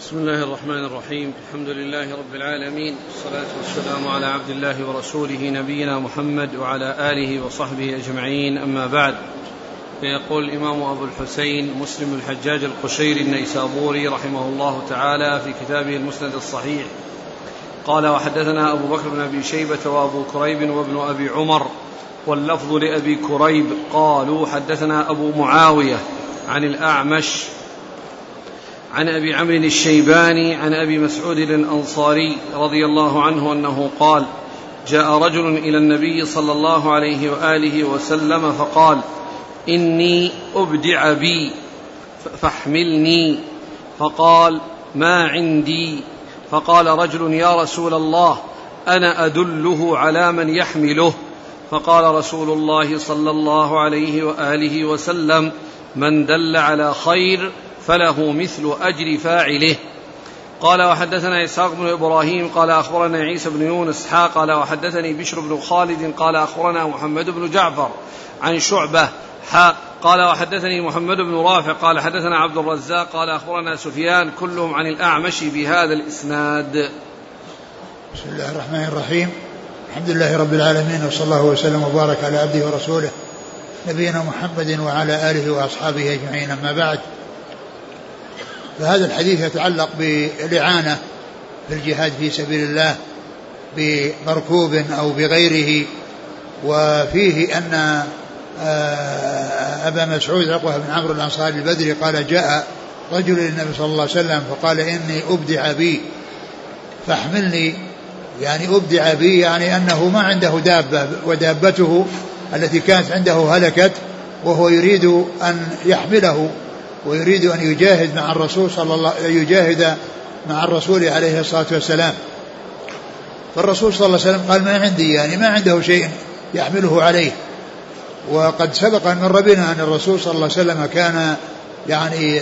بسم الله الرحمن الرحيم. الحمد لله رب العالمين، والصلاة والسلام على عبد الله ورسوله نبينا محمد وعلى آله وصحبه أجمعين، أما بعد. فيقول الإمام أبو الحسين مسلم الحجاج القشيري النيسابوري رحمه الله تعالى في كتابه المسند الصحيح قال: وحدثنا أبو بكر بن أبي شيبة وأبو كريب وابن أبي عمر، واللفظ لأبي كريب، قالوا: حدثنا أبو معاوية عن الأعمش عن أبي عمرو الشيباني عن أبي مسعود الأنصاري رضي الله عنه أنه قال: جاء رجل إلى النبي صلى الله عليه وآله وسلم فقال: إني أبدع بي فاحملني. فقال: ما عندي. فقال رجل: يا رسول الله، أنا أدله على من يحمله. فقال رسول الله صلى الله عليه وآله وسلم: من دل على خير فله مثل أجر فاعله. قال: وحدثنا إسحاق بن إبراهيم قال: أخبرنا عيسى بن يونس قال: وحدثني بشر بن خالد قال: أخبرنا محمد بن جعفر عن شعبة قال: وحدثني محمد بن رافع قال: حدثنا عبد الرزاق قال: أخبرنا سفيان، كلهم عن الأعمش بهذا الإسناد. بسم الله الرحمن الرحيم. الحمد لله رب العالمين، وصلى الله وسلم وبارك على عبده ورسوله نبينا محمد وعلى آله وأصحابه أجمعين، أما بعد. فهذا الحديث يتعلق بالإعانة في الجهاد في سبيل الله بمركوب أو بغيره. وفيه أن أبا مسعود عقبة بن عمرو الأنصاري البدري قال: جاء رجل للنبي صلى الله عليه وسلم فقال: إني أبدع بي فاحملني. يعني أبدع بي يعني أنه ما عنده دابة، ودابته التي كانت عنده هلكت، وهو يريد أن يحمله ويريد أن يجاهد مع الرسول يجاهد مع الرسول عليه الصلاة والسلام. فالرسول صلى الله عليه وسلم قال: ما عندي، يعني ما عنده شيء يحمله عليه. وقد سبق أن مر بنا أن الرسول صلى الله عليه وسلم كان يعني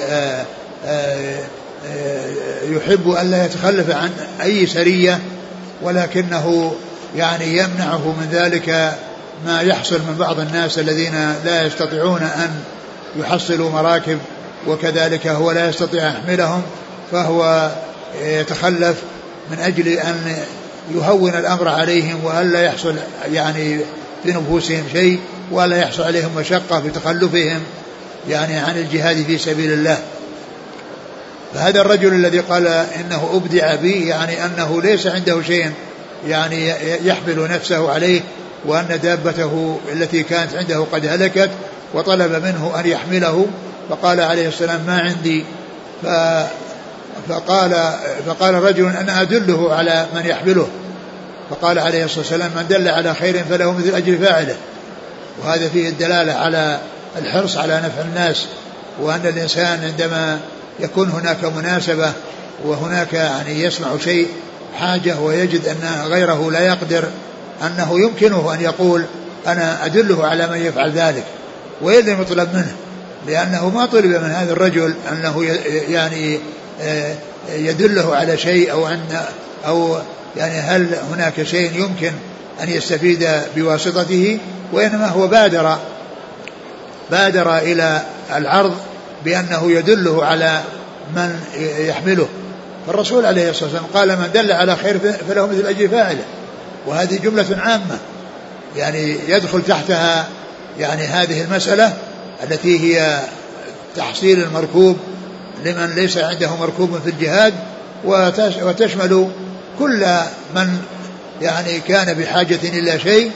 يحب أن لا يتخلف عن أي سرية، ولكنه يعني يمنعه من ذلك ما يحصل من بعض الناس الذين لا يستطيعون أن يحصلوا مراكب، وكذلك هو لا يستطيع أن يحملهم، فهو يتخلف من أجل أن يهون الأمر عليهم، وألا يحصل يعني في نفوسهم شيء، ولا يحصل عليهم مشقة في تخلفهم يعني عن الجهاد في سبيل الله. فهذا الرجل الذي قال إنه أبدع بي يعني أنه ليس عنده شيء يعني يحمل نفسه عليه، وأن دابته التي كانت عنده قد هلكت، وطلب منه أن يحمله. فقال عليه السلام: ما عندي. فقال رجل: أنا أدله على من يحمله. فقال عليه الصلاة والسلام: من دل على خير فله مثل أجر فاعله. وهذا فيه الدلالة على الحرص على نفع الناس، وأن الإنسان عندما يكون هناك مناسبة وهناك يعني يسمع شيء حاجة ويجد أن غيره لا يقدر، أنه يمكنه أن يقول: أنا أدله على من يفعل ذلك، وإن لم يطلب منه، لأنه ما طلب من هذا الرجل أنه يعني يدله على شيء أو يعني هل هناك شيء يمكن أن يستفيد بواسطته، وإنما هو بادر إلى العرض بأنه يدله على من يحمله. فالرسول عليه الصلاة والسلام قال: من دل على خير فله مثل أجر فاعله. وهذه جملة عامة يعني يدخل تحتها يعني هذه المسألة التي هي تحصيل المركوب لمن ليس عنده مركوب في الجهاد، وتشمل كل من يعني كان بحاجة إلى شيء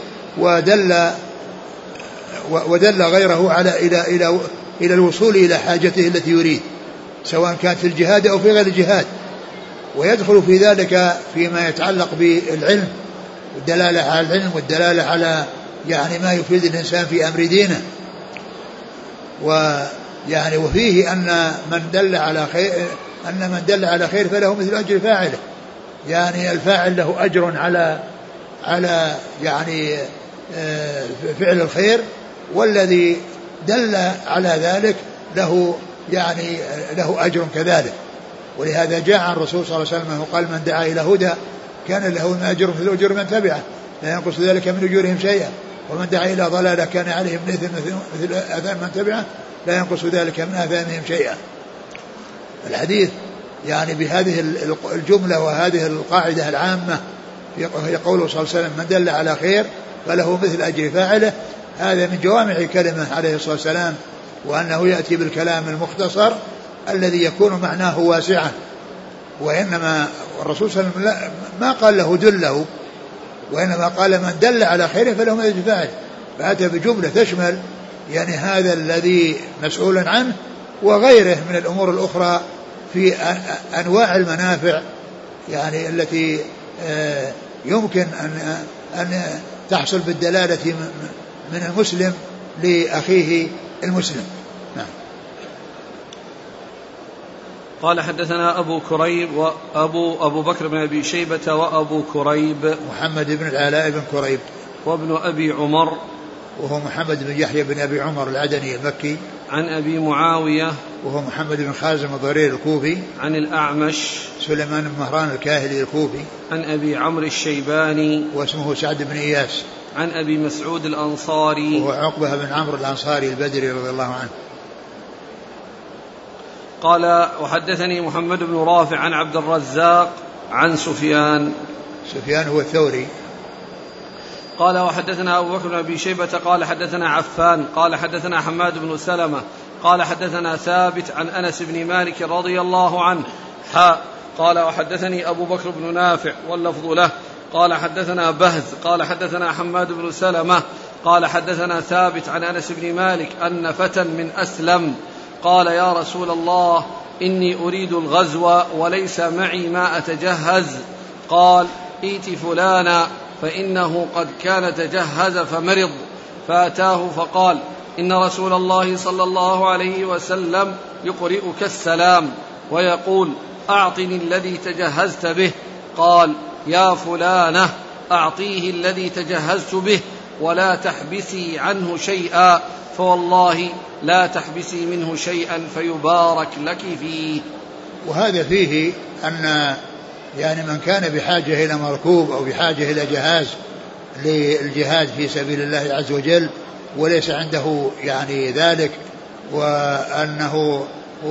ودل غيره على إلى الوصول إلى حاجته التي يريد، سواء كانت في الجهاد أو في غير الجهاد. ويدخل في ذلك فيما يتعلق بالعلم، والدلالة على العلم، والدلالة على يعني ما يفيد الإنسان في أمر دينه. ويعني وفيه أن من دل على خير فله مثل أجر فاعله، يعني الفاعل له أجر على يعني فعل الخير، والذي دل على ذلك له يعني له أجر كذلك. ولهذا جاء عن الرسول صلى الله عليه وسلم قال: من دعا إلى هدى كان له أجر مثل أجر من تبعه لا ينقص ذلك من أجورهم شيئا، ومن دعا إلى ضلالة كان عليه مثل آثام من تبعه لا ينقص ذلك من آثامهم شيئا. الحديث يعني بهذه الجملة وهذه القاعدة العامة في قوله صلى الله عليه وسلم: من دل على خير فله مثل أجر فاعله. هذا من جوامع كلمة عليه الصلاة والسلام، وأنه يأتي بالكلام المختصر الذي يكون معناه واسعا. وإنما الرسول صلى الله عليه وسلم ما قال له دله، وإنما قال: من دل على خير فله مثل أجر فاعله. فأتى بجملة تشمل يعني هذا الذي مسؤول عنه وغيره من الأمور الأخرى في أنواع المنافع يعني التي يمكن أن تحصل بالدلالة من المسلم لأخيه المسلم. نعم. قال: حدثنا أبو كريب وأبو بكر بن أبي شيبة وأبو كريب محمد بن العلاء بن كريب، وابن أبي عمر وهو محمد بن يحيى بن أبي عمر العدني المكي، عن أبي معاوية وهو محمد بن خازم الضرير الكوفي، عن الأعمش سليمان بن مهران الكاهلي الكوفي، عن أبي عمرو الشيباني واسمه سعد بن إياس، عن أبي مسعود الأنصاري وهو عقبة بن عمرو الأنصاري البدري رضي الله عنه. قال: وحدثني محمد بن رافع عن عبد الرزاق عن سفيان هو الثوري. قال: وحدثنا أبو بكر بن أبي شيبة قال: حدثنا عفان قال: حدثنا حماد بن سلمة قال: حدثنا ثابت عن أنس بن مالك رضي الله عنه قال: وحدثني أبو بكر بن نافع واللفظ له قال: حدثنا بهز قال: حدثنا حماد بن سلمة قال: حدثنا ثابت عن أنس بن مالك أن فتى من أسلم قال: يا رسول الله، إني أريد الغزو وليس معي ما أتجهز. قال: ائت فلانا فإنه قد كان تجهز فمرض. فأتاه فقال: إن رسول الله صلى الله عليه وسلم يقرئك السلام ويقول: أعطني الذي تجهزت به. قال: يا فلانة، أعطيه الذي تجهزت به ولا تحبسي عنه شيئا، فوالله لا تحبسي منه شيئا فيبارك لك فيه. وهذا فيه أن يعني من كان بحاجة إلى مركوب أو بحاجة إلى جهاز للجهاد في سبيل الله عز وجل وليس عنده يعني ذلك، وأنه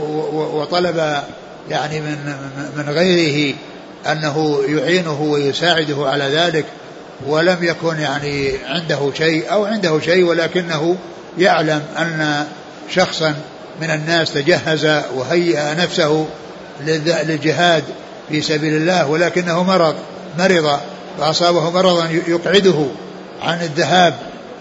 وطلب يعني من غيره أنه يعينه ويساعده على ذلك، ولم يكن يعني عنده شيء أو عنده شيء ولكنه يعلم أن شخصا من الناس تجهز وهيأ نفسه للجهاد في سبيل الله ولكنه مرض فأصابه مرضا يقعده عن الذهاب،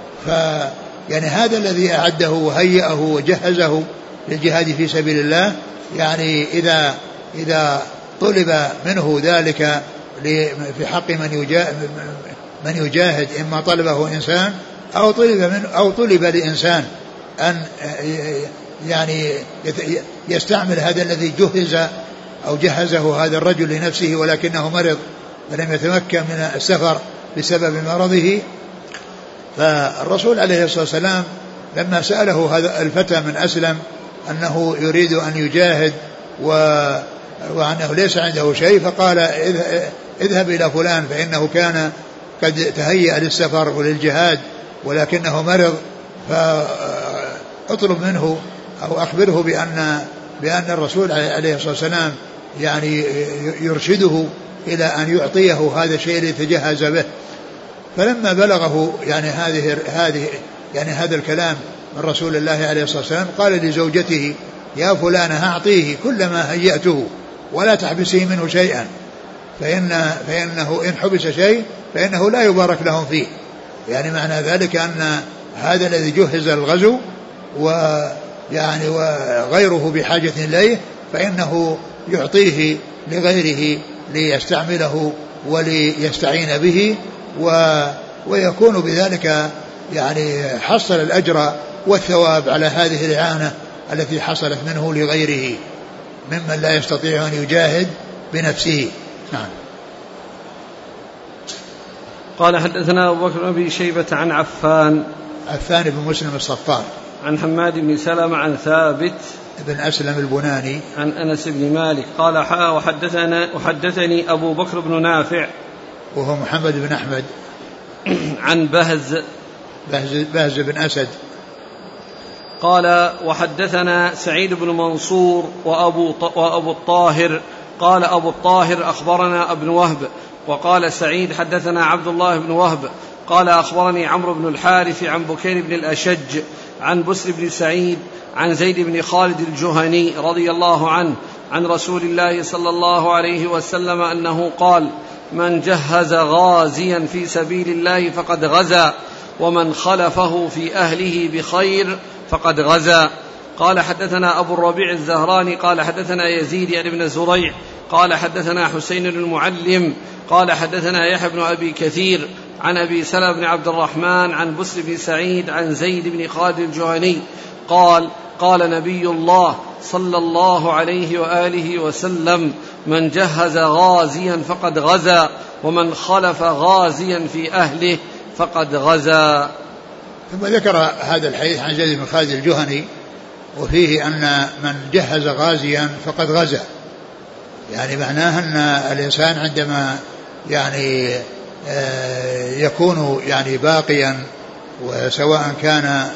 يعني هذا الذي أعده وهيأه وجهزه للجهاد في سبيل الله، يعني إذا طلب منه ذلك في حق من يجاهد، إما طلبه إنسان أو طلب لإنسان أن يعني يستعمل هذا الذي جهزه هذا الرجل لنفسه ولكنه مرض فلم يتمكن من السفر بسبب مرضه. فالرسول عليه الصلاة والسلام لما سأله هذا الفتى من أسلم أنه يريد أن يجاهد وأنه ليس عنده شيء، فقال: اذهب إلى فلان فإنه كان قد تهيأ للسفر وللجهاد ولكنه مرض، فاطلب منه أو أخبره بأن الرسول عليه الصلاة والسلام يعني يرشده إلى أن يعطيه هذا الشيء الذي تجهز به. فلما بلغه يعني هذا الكلام من رسول الله عليه الصلاة والسلام قال لزوجته: يا فلانة، أعطيه كل ما هيأته ولا تحبسيه منه شيئا، فإنه إن حبس شيء فإنه لا يبارك لهم فيه. يعني معنى ذلك أن هذا الذي جهز الغزو ويعني وغيره بحاجة إليه فإنه يعطيه لغيره ليستعمله وليستعين به، ويكون بذلك يعني حصل الأجر والثواب على هذه الإعانة التي حصلت منه لغيره ممن لا يستطيع أن يجاهد بنفسه. نعم. قال: حدثنا أبو بكر بن أبي شيبة عن عفان بن مسلم الصفار، عن حماد بن سلمة عن ثابت بن أسلم البناني، عن أنس بن مالك قال: وحدثني أبو بكر بن نافع وهو محمد بن أحمد عن بهز بن أسد قال: وحدثنا سعيد بن منصور وأبو الطاهر قال أبو الطاهر أخبرنا ابن وهب. وقال سعيد حدثنا عبد الله بن وهب قال أخبرني عمرو بن الحارث عن بكير بن الأشج عن بسر بن سعيد عن زيد بن خالد الجهني رضي الله عنه عن رسول الله صلى الله عليه وسلم أنه قال: من جهز غازيا في سبيل الله فقد غزا، ومن خلفه في أهله بخير فقد غزا. قال حدثنا أبو الربيع الزهراني قال حدثنا يزيد يعني بن زريع قال حدثنا حسين المعلم قال حدثنا يحيى بن أبي كثير عن أبي سلمة بن عبد الرحمن عن بسر بن سعيد عن زيد بن خالد الجهني قال: قال نبي الله صلى الله عليه وآله وسلم: من جهز غازيا فقد غزا، ومن خلف غازيا في أهله فقد غزا. ثم ذكر هذا الحديث عن زيد بن خالد الجهني، وفيه أن من جهز غازيا فقد غزا، يعني معناه أن الإنسان عندما يعني يكون يعني باقيا، وسواء كان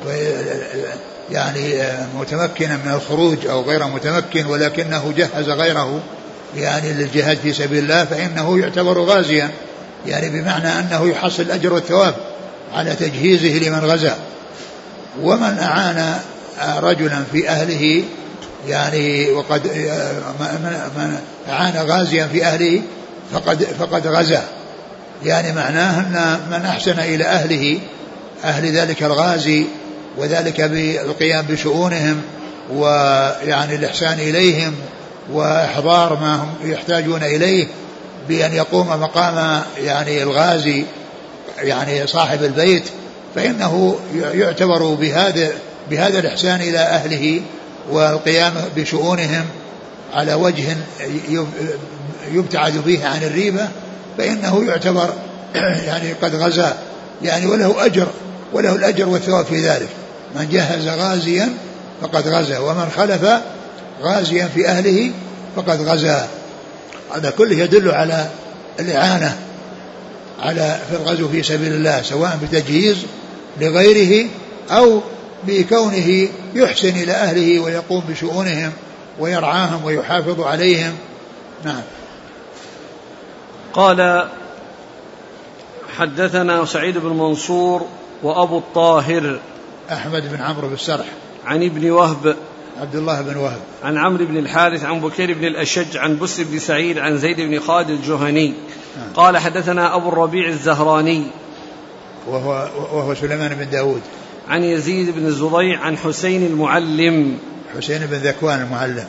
يعني متمكنا من الخروج أو غير متمكن، ولكنه جهز غيره يعني للجهاد في سبيل الله، فإنه يعتبر غازيا، يعني بمعنى أنه يحصل الأجر والثواب على تجهيزه لمن غزا. ومن أعان رجلا في أهله يعني وقد من أعان غازيا في أهله فقد غزا، يعني معناه أن من أحسن إلى أهله أهل ذلك الغازي، وذلك بالقيام بشؤونهم ويعني الإحسان إليهم وإحضار ما هم يحتاجون إليه، بأن يقوم مقام يعني الغازي يعني صاحب البيت، فإنه يعتبر بهذا الإحسان إلى أهله والقيام بشؤونهم على وجه يبتعد فيه عن الريبة، فإنه يعتبر يعني قد غزا، يعني وله الأجر والثواب في ذلك. من جهز غازيا فقد غزا، ومن خلف غازيا في أهله فقد غزا. هذا كله يدل على الإعانة في الغزو في سبيل الله، سواء بتجهيز لغيره أو بكونه يحسن إلى أهله ويقوم بشؤونهم ويرعاهم ويحافظ عليهم. نعم. قال حدثنا سعيد بن منصور وأبو الطاهر أحمد بن عمرو بن السرح عن ابن وهب عبد الله بن وهب عن عمرو بن الحارث عن بكير بن الأشج عن بسر بن سعيد عن زيد بن خالد الجهني قال حدثنا أبو الربيع الزهراني وهو سليمان بن داود عن يزيد بن زريع عن حسين المعلم حسين بن ذكوان المعلم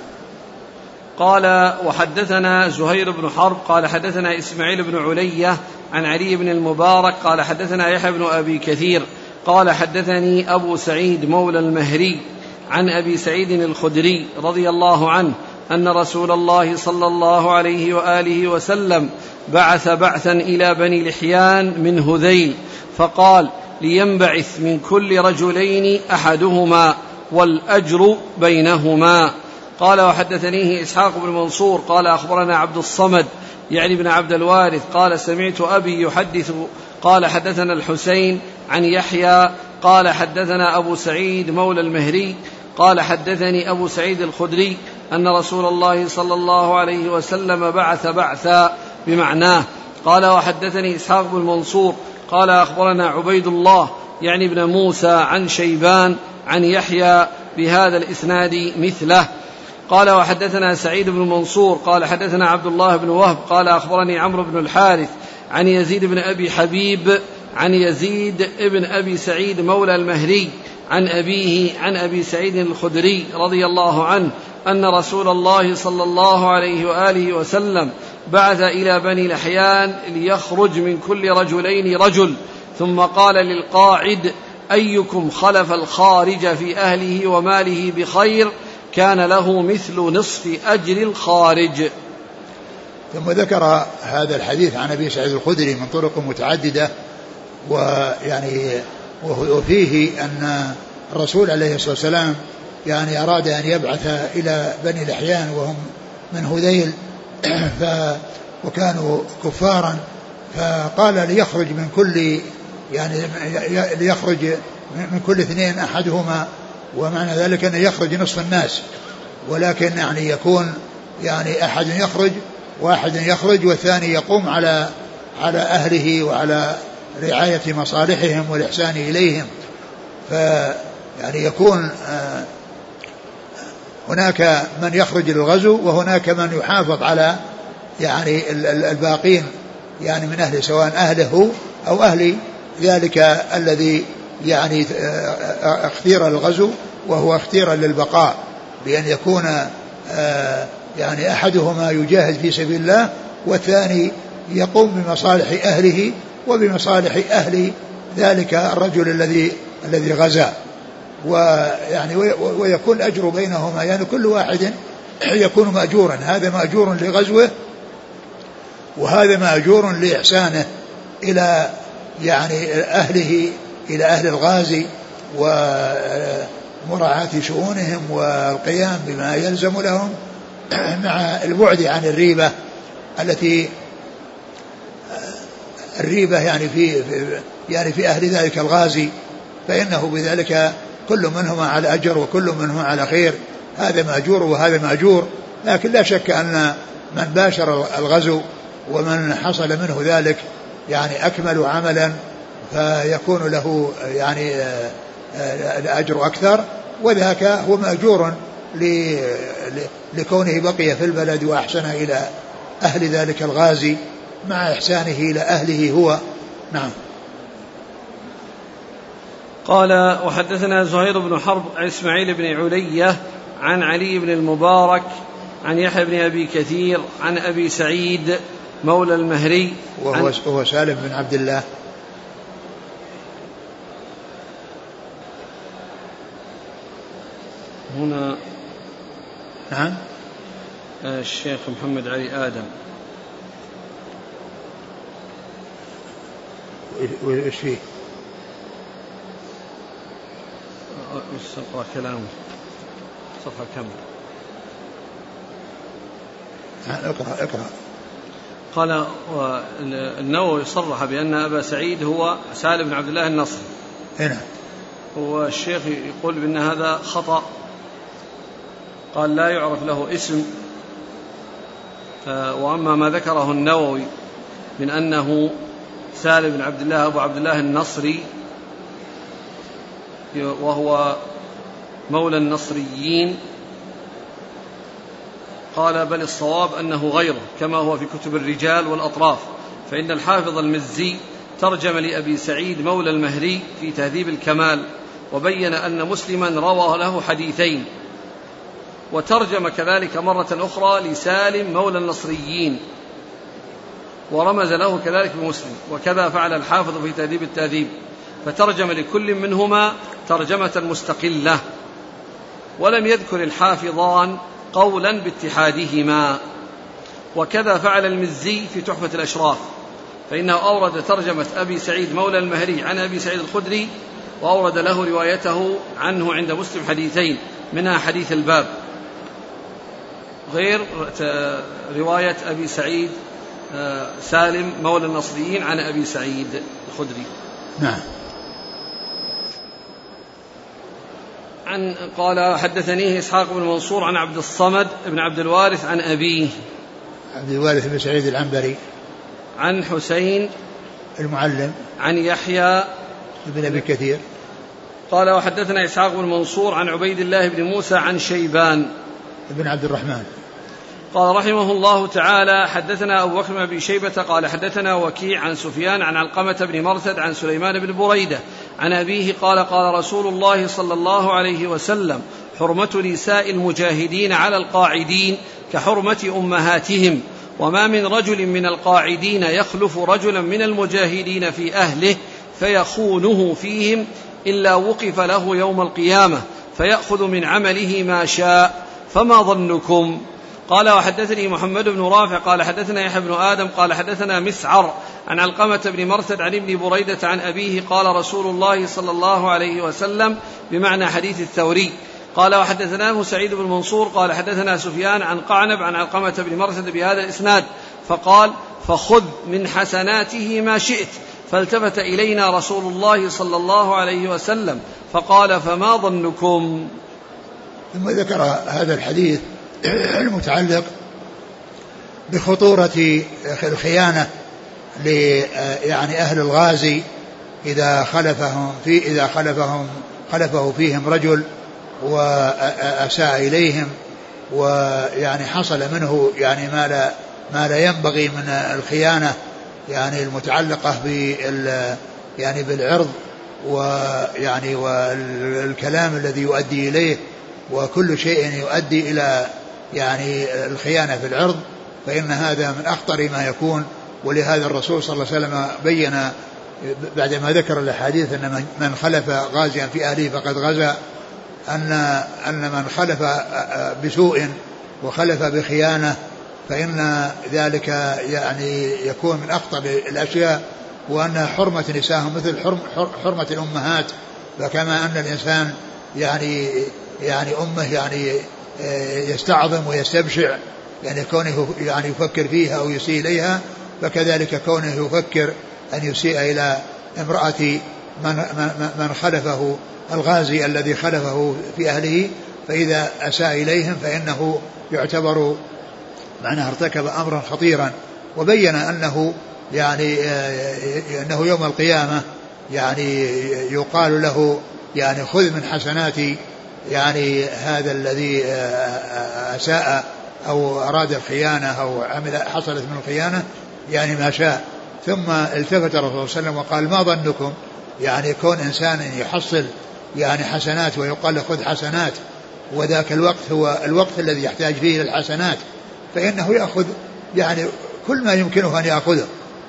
قال وحدثنا زهير بن حرب قال حدثنا إسماعيل بن علية عن علي بن المبارك قال حدثنا يحيى بن أبي كثير قال حدثني أبو سعيد مولى المهري عن أبي سعيد الخدري رضي الله عنه أن رسول الله صلى الله عليه وآله وسلم بعث بعثا إلى بني لحيان من هذيل فقال لينبعث من كل رجلين أحدهما والأجر بينهما. قال وحدثنيه إسحاق بن منصور قال أخبرنا عبد الصمد يعني بن عبد الوارث قال سمعت أبي يحدث قال حدثنا الحسين عن يحيى قال حدثنا أبو سعيد مولى المهري قال حدثني أبو سعيد الخدري أن رسول الله صلى الله عليه وسلم بعث بعثا بمعناه. قال وحدثني إسحاق بن منصور قال أخبرنا عبيد الله يعني ابن موسى عن شيبان عن يحيى بهذا الإسناد مثله. قال وحدثنا سعيد بن منصور قال حدثنا عبد الله بن وهب قال أخبرني عمرو بن الحارث عن يزيد بن أبي حبيب عن يزيد بن أبي سعيد مولى المهري عن أبيه عن أبي سعيد الخدري رضي الله عنه أن رسول الله صلى الله عليه وآله وسلم بعث إلى بني لحيان ليخرج من كل رجلين رجل ثم قال للقاعد أيكم خلف الخارج في أهله وماله بخير كان له مثل نصف أجر الخارج. ثم ذكر هذا الحديث عن أبي سعيد الخدري من طرق متعددة، ويعني وفيه أن الرسول عليه الصلاة والسلام يعني أراد أن يبعث إلى بني لحيان وهم من هذيل وكانوا كفارا، فقال ليخرج من كل يعني ليخرج من كل اثنين أحدهما، ومعنى ذلك أن يخرج نصف الناس، ولكن يعني يكون يعني واحد يخرج والثاني يقوم على أهله وعلى رعاية مصالحهم والإحسان إليهم. فيعني يكون هناك من يخرج للغزو وهناك من يحافظ على يعني الباقين يعني من أهله، سواء أهله أو أهل ذلك الذي يعني اختير للغزو وهو اختير للبقاء، بأن يكون يعني أحدهما يجاهد في سبيل الله والثاني يقوم بمصالح أهله وبمصالح أهل ذلك الرجل الذي غزا، ويعني ويكون أجر بينهما، يعني كل واحد يكون مأجورا، هذا مأجور لغزوه وهذا مأجور لإحسانه إلى يعني أهله، إلى أهل الغازي ومراعاة شؤونهم والقيام بما يلزم لهم مع البعد عن الريبة يعني في أهل ذلك الغازي، فإنه بذلك كل منهما على أجر وكل منهما على خير، هذا مأجور وهذا مأجور. لكن لا شك أن من باشر الغزو ومن حصل منه ذلك يعني أكمل عملا فيكون له يعني الأجر أكثر، وذاك هو مأجور لكونه بقي في البلد وأحسن إلى أهل ذلك الغازي مع إحسانه إلى أهله هو. نعم. قال وحدثنا زهير بن حرب عن إسماعيل بن علية عن علي بن المبارك عن يحيى بن أبي كثير عن أبي سعيد مولى المهري وهو سالم بن عبد الله. هنا نعم الشيخ محمد علي آدم وإيش فيه؟ اقرأ كلامه صفحة كم؟ اقرأ. قال النووي صرح بأن أبا سعيد هو سالم بن عبد الله النصري. هنا والشيخ يقول بأن هذا خطأ، قال لا يعرف له اسم. وأما ما ذكره النووي من أنه سالم بن عبد الله أبو عبد الله النصري وهو مولى النصريين، قال بل الصواب أنه غيره كما هو في كتب الرجال والأطراف، فإن الحافظ المزي ترجم لأبي سعيد مولى المهري في تهذيب الكمال وبين أن مسلما روى له حديثين، وترجم كذلك مرة أخرى لسالم مولى النصريين ورمز له كذلك بمسلم، وكذا فعل الحافظ في تهذيب التهذيب، فترجم لكل منهما ترجمة مستقلة، ولم يذكر الحافظان قولا باتحادهما. وكذا فعل المزي في تحفة الأشراف، فإنه أورد ترجمة أبي سعيد مولى المهري عن أبي سعيد الخدري، وأورد له روايته عنه عند مسلم حديثين، منها حديث الباب، غير رواية أبي سعيد سالم مولى النصريين عن أبي سعيد الخدري. نعم. قال حدثنيه إسحاق بن منصور عن عبد الصمد بن عبد الوارث عن أبيه عبد الوارث بن سعيد العنبري عن حسين المعلم عن يحيى بن أبي كثير. قال وحدثنا إسحاق بن منصور عن عبيد الله بن موسى عن شيبان بن عبد الرحمن. قال رحمه الله تعالى حدثنا أبو بكر بن أبي شيبة قال حدثنا وكيع عن سفيان عن علقمة بن مرثد عن سليمان بن بريدة عن أبيه قال قال رسول الله صلى الله عليه وسلم حرمة نساء المجاهدين على القاعدين كحرمة أمهاتهم، وما من رجل من القاعدين يخلف رجلا من المجاهدين في أهله فيخونه فيهم إلا وقف له يوم القيامة فيأخذ من عمله ما شاء، فما ظنكم؟ قال وحدثني محمد بن رافع قال حدثنا يحيى بن آدم قال حدثنا مسعر عن علقمة بن مرثد عن ابن بريدة عن أبيه قال رسول الله صلى الله عليه وسلم بمعنى حديث الثوري. قال وحدثناه سعيد بن منصور قال حدثنا سفيان عن قعنب عن علقمة بن مرثد بهذا الإسناد فقال فخذ من حسناته ما شئت، فالتفت إلينا رسول الله صلى الله عليه وسلم فقال فما ظنكم؟ ثم ذكر هذا الحديث المتعلق بخطورة الخيانة يعني أهل الغازي إذا خلفه فيهم رجل وأساء إليهم، ويعني حصل منه يعني ما لا ينبغي من الخيانة يعني المتعلقة يعني بالعرض، ويعني والكلام الذي يؤدي إليه، وكل شيء يؤدي إلى يعني الخيانة في العرض، فإن هذا من أخطر ما يكون. ولهذا الرسول صلى الله عليه وسلم بين بعدما ذكر الحديث أن من خلف غازيا في أهله فقد غزا، أن من خلف بسوء وخلف بخيانة فإن ذلك يعني يكون من أخطر الأشياء، وأن حرمة نسائهم مثل حرمة الأمهات. فكما أن الإنسان يعني أمه يعني يستعظم ويستبشع يعني كونه يعني يفكر فيها أو يسيء إليها، فكذلك كونه يفكر أن يسيء إلى امرأة من خلفه الغازي الذي خلفه في أهله، فإذا أساء إليهم فإنه يعتبر معناه ارتكب أمرا خطيرا. وبين أنه يعني أنه يوم القيامة يعني يقال له يعني خذ من حسنات يعني هذا الذي أساء أو أراد الخيانة أو حصلت من الخيانة يعني ما شاء. ثم التفت الرسول صلى الله عليه وسلم وقال ما ظنكم يعني كون إنسان يحصل يعني حسنات ويقال له خذ حسنات، وذاك الوقت هو الوقت الذي يحتاج فيه للحسنات، فإنه يأخذ يعني كل ما يمكنه أن يأخذه،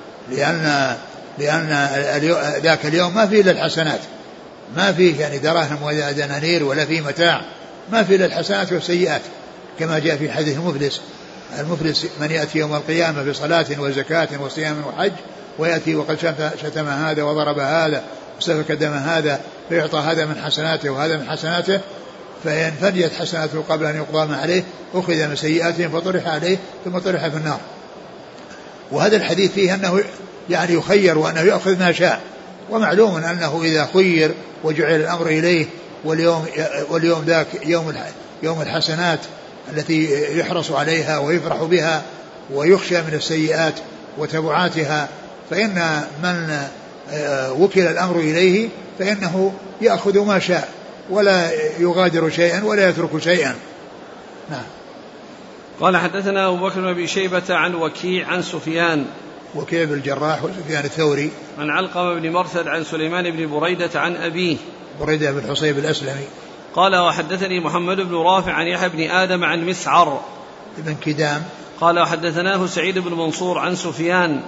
لأن ذاك اليوم ما فيه إلا الحسنات، ما فيه يعني دراهم ولا دنانير ولا فيه متاع، ما فيه إلا الحسنات والسيئات، كما جاء في حديث المفلس من يأتي يوم القيامة بصلاة وزكاة وصيام وحج، ويأتي وقد شتم هذا وضرب هذا وسفك دم هذا، فيعطى هذا من حسناته وهذا من حسناته، فإن فنيت حسناته قبل أن يقضى ما عليه أخذ من سيئاتهم فطرح عليه ثم طرح في النار. وهذا الحديث فيه أنه يعني يخير وأنه يأخذ ما شاء، ومعلوم أنه إذا خير وجعل الأمر إليه واليوم ذاك يوم الحسنات التي يحرص عليها ويفرح بها ويخشى من السيئات وتبعاتها، فإن من وكل الأمر إليه فإنه يأخذ ما شاء ولا يغادر شيئا ولا يترك شيئا. نعم. قال حدثنا أبو بكر بن أبي شيبة عن وكيع عن سفيان وكيع بن الجراح وسفيان الثوري عن علقمة بن مرثد عن سليمان بن بريدة عن أبيه بريدة بن حصيب الأسلمي قال وحدثني محمد بن رافع عن يحيى بن آدم عن مسعر بن كدام قال وحدثناه سعيد بن منصور عن سفيان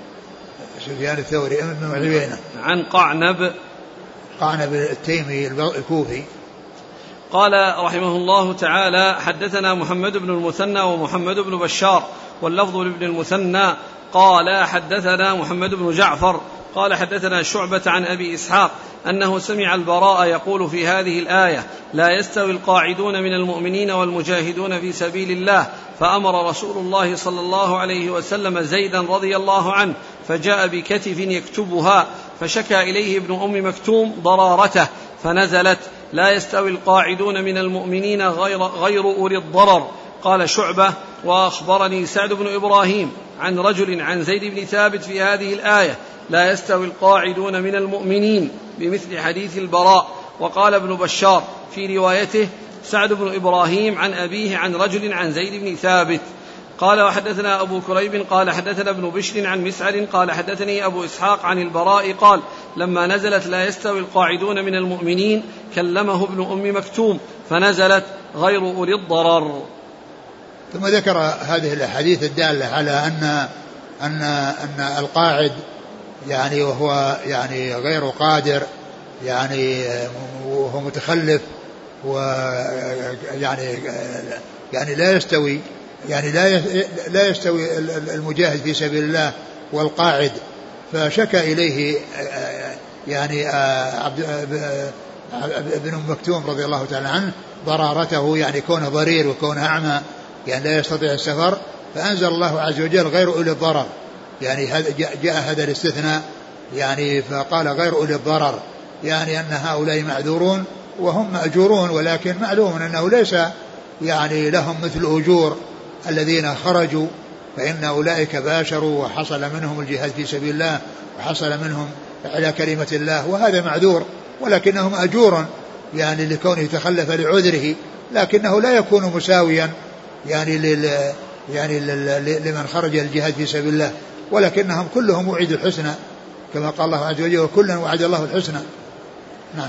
الثوري بن عيينة عن قعنب التيمي الكوفي قال رحمه الله تعالى حدثنا محمد بن المثنى ومحمد بن بشار واللفظ لابن المثنى قال حدثنا محمد بن جعفر قال حدثنا شعبة عن أبي إسحاق أنه سمع البراء يقول في هذه الآية لا يستوي القاعدون من المؤمنين والمجاهدون في سبيل الله، فأمر رسول الله صلى الله عليه وسلم زيدا رضي الله عنه فجاء بكتف يكتبها، فشكى إليه ابن أم مكتوم ضرارته فنزلت لا يستوي القاعدون من المؤمنين غير أولي الضرر. قال شعبة وأخبرني سعد بن إبراهيم عن رجل عن زيد بن ثابت في هذه الآية لا يستوي القاعدون من المؤمنين بمثل حديث البراء. وقال ابن بشار في روايته سعد بن إبراهيم عن أبيه عن رجل عن زيد بن ثابت. قال وحدثنا أبو كريب قال حدثنا ابن بشر عن مسعر قال حدثني أبو إسحاق عن البراء قال لما نزلت لا يستوي القاعدون من المؤمنين كلمه ابن أم مكتوم فنزلت غير أولي الضرر. ثم ذكر هذه الحديث الدالة على أن القاعد يعني وهو يعني غير قادر يعني وهو متخلف يعني لا يستوي لا يستوي المجاهد في سبيل الله والقاعد. فشكى إليه يعني ابن مكتوم رضي الله تعالى عنه ضرارته يعني كونه ضرير وكونه أعمى يعني لا يستطيع السفر، فأنزل الله عز وجل غير أولي الضرر، يعني جاء هذا الاستثناء يعني فقال غير أولي الضرر، يعني أن هؤلاء معذورون وهم مأجورون، ولكن معلوم أنه ليس يعني لهم مثل أجور الذين خرجوا فإن أولئك باشروا وحصل منهم الجهاد في سبيل الله وحصل منهم على كلمة الله، وهذا معذور، ولكنه مأجور يعني لكونه تخلف لعذره، لكنه لا يكون مساويا يعني لمن خرج الجهاد في سبيل الله، ولكنهم كلهم وعدوا الحسنى كما قال الله عز وجل وكلا وعد الله الحسنى. نعم.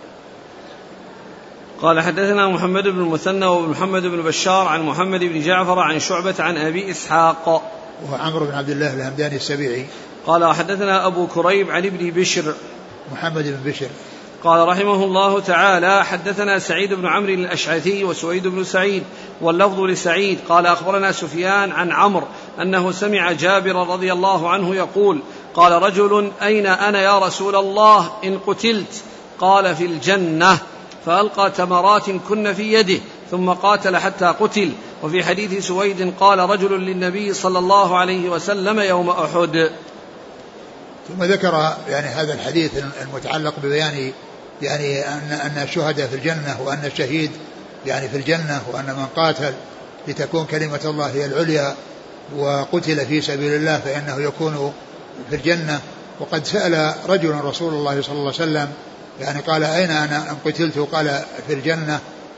قال حدثنا محمد بن المثنى ومحمد بن بشار عن محمد بن جعفر عن شعبة عن أبي إسحاق وهو عمرو بن عبد الله الهمداني السبيعي. قال حدثنا أبو كريب عن ابن بشر محمد بن بشر. قال رحمه الله تعالى حدثنا سعيد بن عمرو الأشعثي وسويد بن سعيد واللفظ لسعيد قال أخبرنا سفيان عن عمرو أنه سمع جابر رضي الله عنه يقول قال رجل أين أنا يا رسول الله إن قتلت؟ قال في الجنة، فألقى تمرات كن في يده ثم قاتل حتى قتل. وفي حديث سويد قال رجل للنبي صلى الله عليه وسلم يوم أحد. ثم ذكر يعني هذا الحديث المتعلق ببيان يعني أن الشهداء في الجنة وأن الشهيد يعني في الجنة، وأن من قاتل لتكون كلمة الله هي العليا وقتل في سبيل الله فإنه يكون في الجنة. وقد سأل رجل رسول الله صلى الله عليه وسلم يعني قال أين أنا أن قتلت؟ قال في الجنة،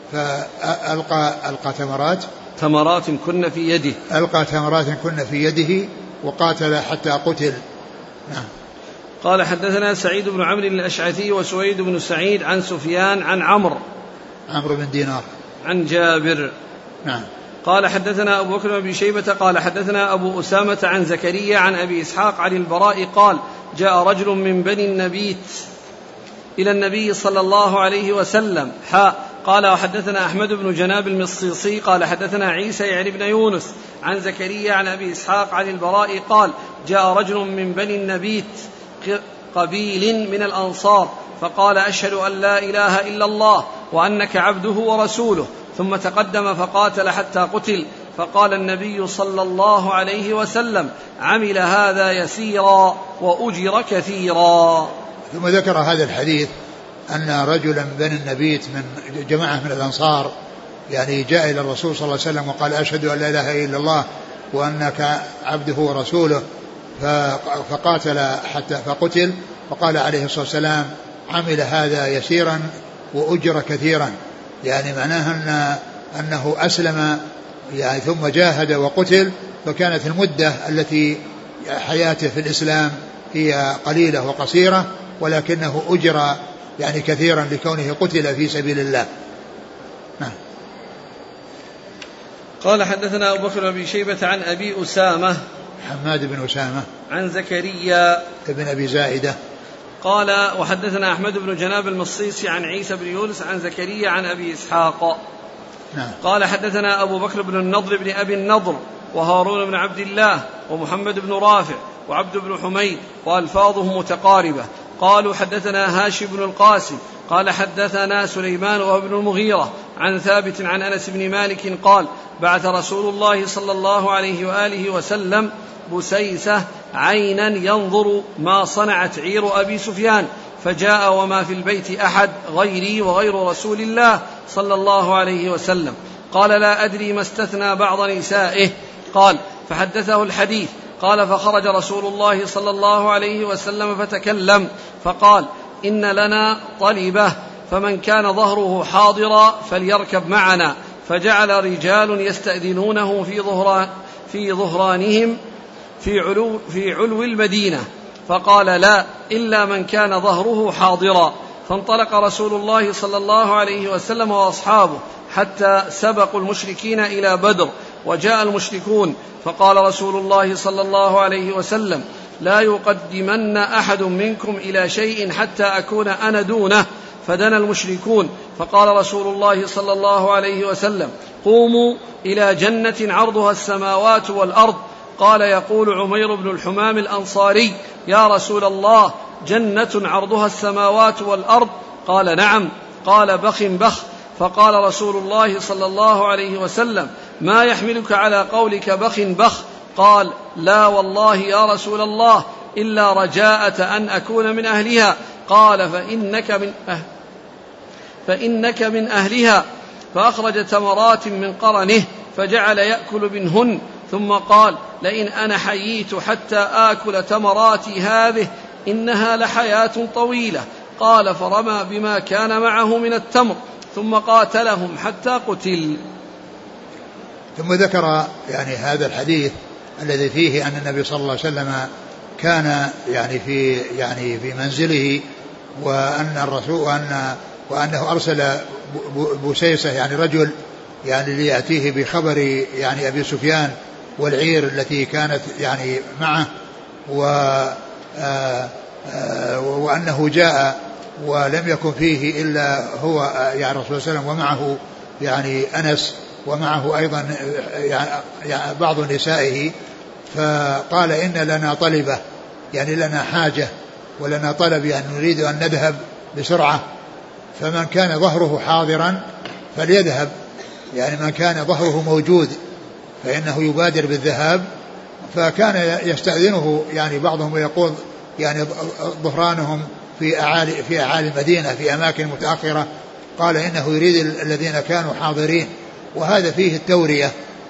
فألقى تمرات كن في يده، ألقى تمرات كن في يده وقاتل حتى قتل. نعم. قال حدثنا سعيد بن عمرو الأشعثي وسويد بن سعيد عن سفيان عن عمرو بن دينار عن جابر. نعم. قال حدثنا أبو بكر بن شيبة قال حدثنا أبو أسامة عن زكريا عن أبي إسحاق عن البراء قال جاء رجل من بني النبيت إلى النبي صلى الله عليه وسلم قال وحدثنا أحمد بن جناب المصيصي قال حدثنا عيسى يعني بن يونس عن زكريا عن أبي إسحاق عن البراء قال جاء رجل من بني النبيت قبيل من الأنصار فقال أشهد أن لا إله إلا الله وأنك عبده ورسوله، ثم تقدم فقاتل حتى قتل. فقال النبي صلى الله عليه وسلم عمل هذا يسيرا وأجر كثيرا. ثم ذكر هذا الحديث أن رجلا من بني النبيت من جماعة من الأنصار يعني جاء إلى الرسول صلى الله عليه وسلم وقال أشهد أن لا إله إلا الله وأنك عبده ورسوله، فقاتل حتى فقتل، فقال عليه الصلاة والسلام عمل هذا يسيرا وأجر كثيرا، يعني معناها أنه أسلم يعني ثم جاهد وقتل، فكانت المدة التي حياته في الإسلام هي قليلة وقصيرة، ولكنه أجر يعني كثيرا لكونه قتل في سبيل الله. نعم. قال حدثنا أبو بكر بن شيبة عن أبي أسامة حماد بن أسامة عن زكريا ابن أبي زائدة قال وحدثنا أحمد بن جناب المصيصي عن عيسى بن يونس عن زكريا عن أبي إسحاق. نعم. قال حدثنا أبو بكر بن النضر بن أبي النضر وهارون بن عبد الله ومحمد بن رافع وعبد بن حميد وألفاظهم متقاربة. قالوا حدثنا هاشم بن القاسم قال حدثنا سليمان وابن المغيرة عن ثابت عن أنس بن مالك قال بعث رسول الله صلى الله عليه وآله وسلم بسيسة عينا ينظر ما صنعت عير أبي سفيان، فجاء وما في البيت أحد غيري وغير رسول الله صلى الله عليه وسلم. قال لا أدري ما استثنى بعض نسائه. قال فحدثه الحديث. قال فخرج رسول الله صلى الله عليه وسلم فتكلم فقال إن لنا طلبة فمن كان ظهره حاضرا فليركب معنا، فجعل رجال يستأذنونه في ظهرانهم في علو المدينة، فقال لا إلا من كان ظهره حاضرا. فانطلق رسول الله صلى الله عليه وسلم وأصحابه حتى سبقوا المشركين إلى بدر، وجاء المشركون فقال رسول الله صلى الله عليه وسلم لا يقدمن أحد منكم إلى شيء حتى أكون أنا دونه. فدنا المشركون فقال رسول الله صلى الله عليه وسلم قوموا إلى جنة عرضها السماوات والأرض. قال يقول عمير بن الحمام الأنصاري يا رسول الله جنة عرضها السماوات والأرض؟ قال نعم. قال بخ بخ. فقال رسول الله صلى الله عليه وسلم ما يحملك على قولك بخ بخ؟ قال لا والله يا رسول الله إلا رجاءة أن أكون من أهلها. قال فإنك من أهلها. فأخرج تمرات من قرنه فجعل يأكل منهن، ثم قال: لئن أنا حييت حتى آكل تمراتي هذه إنها لحياة طويلة. قال: فرمى بما كان معه من التمر ثم قاتلهم حتى قتل. ثم ذكر يعني هذا الحديث الذي فيه أن النبي صلى الله عليه وسلم كان يعني في منزله، وأن الرسول وأنه أرسل بسيسة يعني رجل يعني ليأتيه بخبر يعني أبي سفيان والعير التي كانت يعني معه، وأنه جاء ولم يكن فيه إلا هو يعني الرسول صلى الله عليه وسلم، ومعه يعني أنس، ومعه أيضا يعني بعض نسائه. فقال: إن لنا طلبة، يعني لنا حاجة ولنا طلب، يعني نريد أن نذهب بسرعة، فمن كان ظهره حاضرا فليذهب، يعني من كان ظهره موجود فإنه يبادر بالذهاب. فكان يستأذنه يعني بعضهم ويقول يعني ظهرانهم في أعالي المدينة في أماكن متأخرة. قال: إنه يريد الذين كانوا حاضرين، وهذا فيه التورية،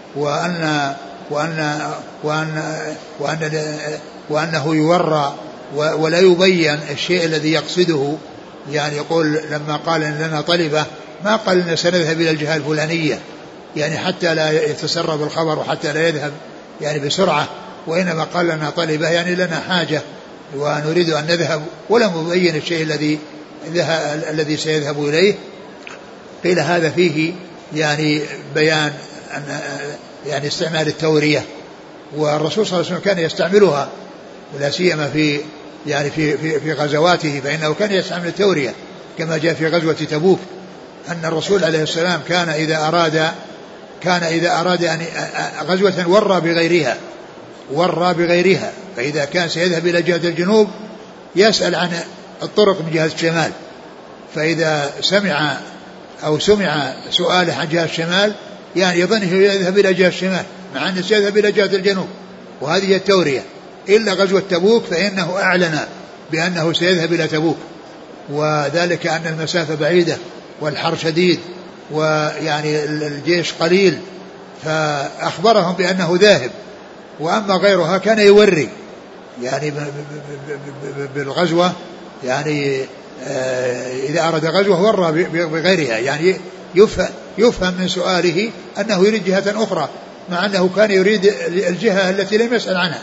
وأنه يورى ولا يبين الشيء الذي يقصده. يعني يقول لما قال إن لنا طلبة ما قال إن سنذهب إلى الجهة الفلانية يعني حتى لا يتسرب الخبر وحتى لا يذهب يعني بسرعة، وإنما قال لنا طلبة يعني لنا حاجة ونريد أن نذهب، ولم يبين الشيء الذي سيذهب إليه. قيل هذا فيه يعني بيان يعني استعمال التورية، والرسول صلى الله عليه وسلم كان يستعملها، ولا سيما في يعني في غزواته، فإنه كان يستعمل التورية كما جاء في غزوة تبوك أن الرسول عليه السلام كان إذا أراد أن غزوة ورى بغيرها، فإذا كان سيذهب إلى جهة الجنوب يسأل عن الطرق من جهة الشمال، فإذا سمع سؤاله عن جهة الشمال يعني يظنه يذهب إلى جهة الشمال مع أنه سيذهب إلى جهة الجنوب، وهذه هي التورية. إلا غزوة تبوك فإنه أعلن بأنه سيذهب إلى تبوك، وذلك أن المسافة بعيدة والحر شديد ويعني الجيش قليل، فأخبرهم بأنه ذاهب. وأما غيرها كان يوري يعني بالغزوة، يعني إذا أراد غزوة ورى بغيرها، يعني يفهم من سؤاله أنه يريد جهة أخرى مع أنه كان يريد الجهة التي لم يسأل عنها.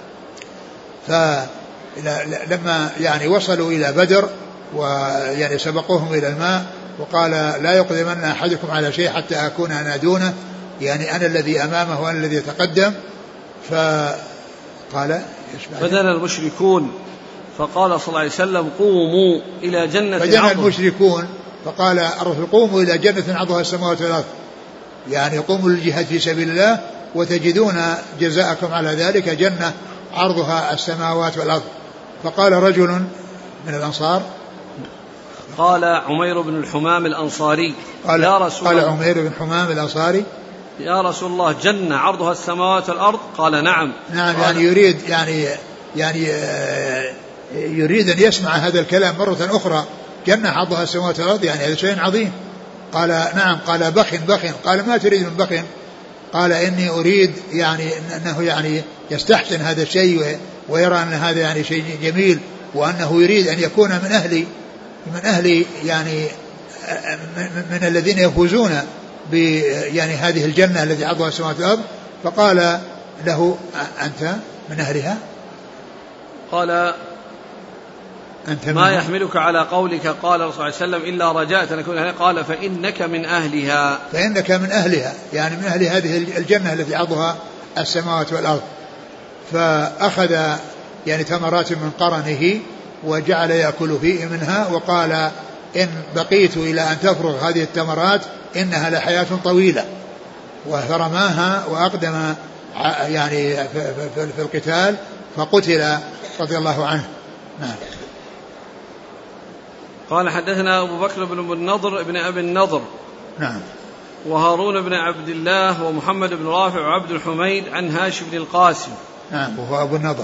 فلما يعني وصلوا إلى بدر ويعني سبقوهم إلى الماء، وقال: لا يقدمن أحدكم على شيء حتى أكون أنا دونه، يعني أنا الذي أمامه وأنا الذي يتقدم. فقال: فدنا المشركون فقال صلى الله عليه وسلم: قوموا إلى جنة فدنا المشركون فقال الرسول: قوموا إلى جنة عرضها السماوات والأرض، يعني قوموا للجهاد في سبيل الله وتجدون جزاءكم على ذلك جنة عرضها السماوات والأرض. فقال رجل من الأنصار، قال عمير بن الحمام الأنصاري: قال عمير بن الحمام الأنصاري: يا رسول الله، جنة عرضها السماوات والأرض؟ قال: نعم. يعني يريد يريد أن يسمع هذا الكلام مرة أخرى، جنة عرضها السماوات والأرض، يعني هذا شيء عظيم. قال: نعم. قال: بخ. قال: ما تريد من بخ؟ قال: إني أريد يعني أنه يعني يستحسن هذا الشيء ويرى أن هذا يعني شيء جميل، وأنه يريد أن يكون من أهل يعني من الذين يفوزون يعني هذه الجنة التي عرضها السماوات والأرض. فقال له: أنت من أهلها؟ قال: أنت ما يحملك على قولك قال الرسول صلى الله عليه وسلم إلا رجاء أن أكون أهلها؟ قال: فإنك من أهلها. يعني من أهل هذه الجنة التي عرضها السماوات والأرض. فأخذ يعني تمرات من قرنه وجعل يأكل فيه منها، وقال: إن بقيت إلى أن تفرغ هذه التمرات إنها لحياة طويلة. فرماها وأقدم يعني في القتال فقتل رضي الله عنه. نعم. قال: حدثنا أبو بكر بن النضر بن أبي النضر، نعم، وهارون بن عبد الله ومحمد بن رافع وعبد الحميد عن هاشم بن القاسم، نعم، وهو أبو النضر،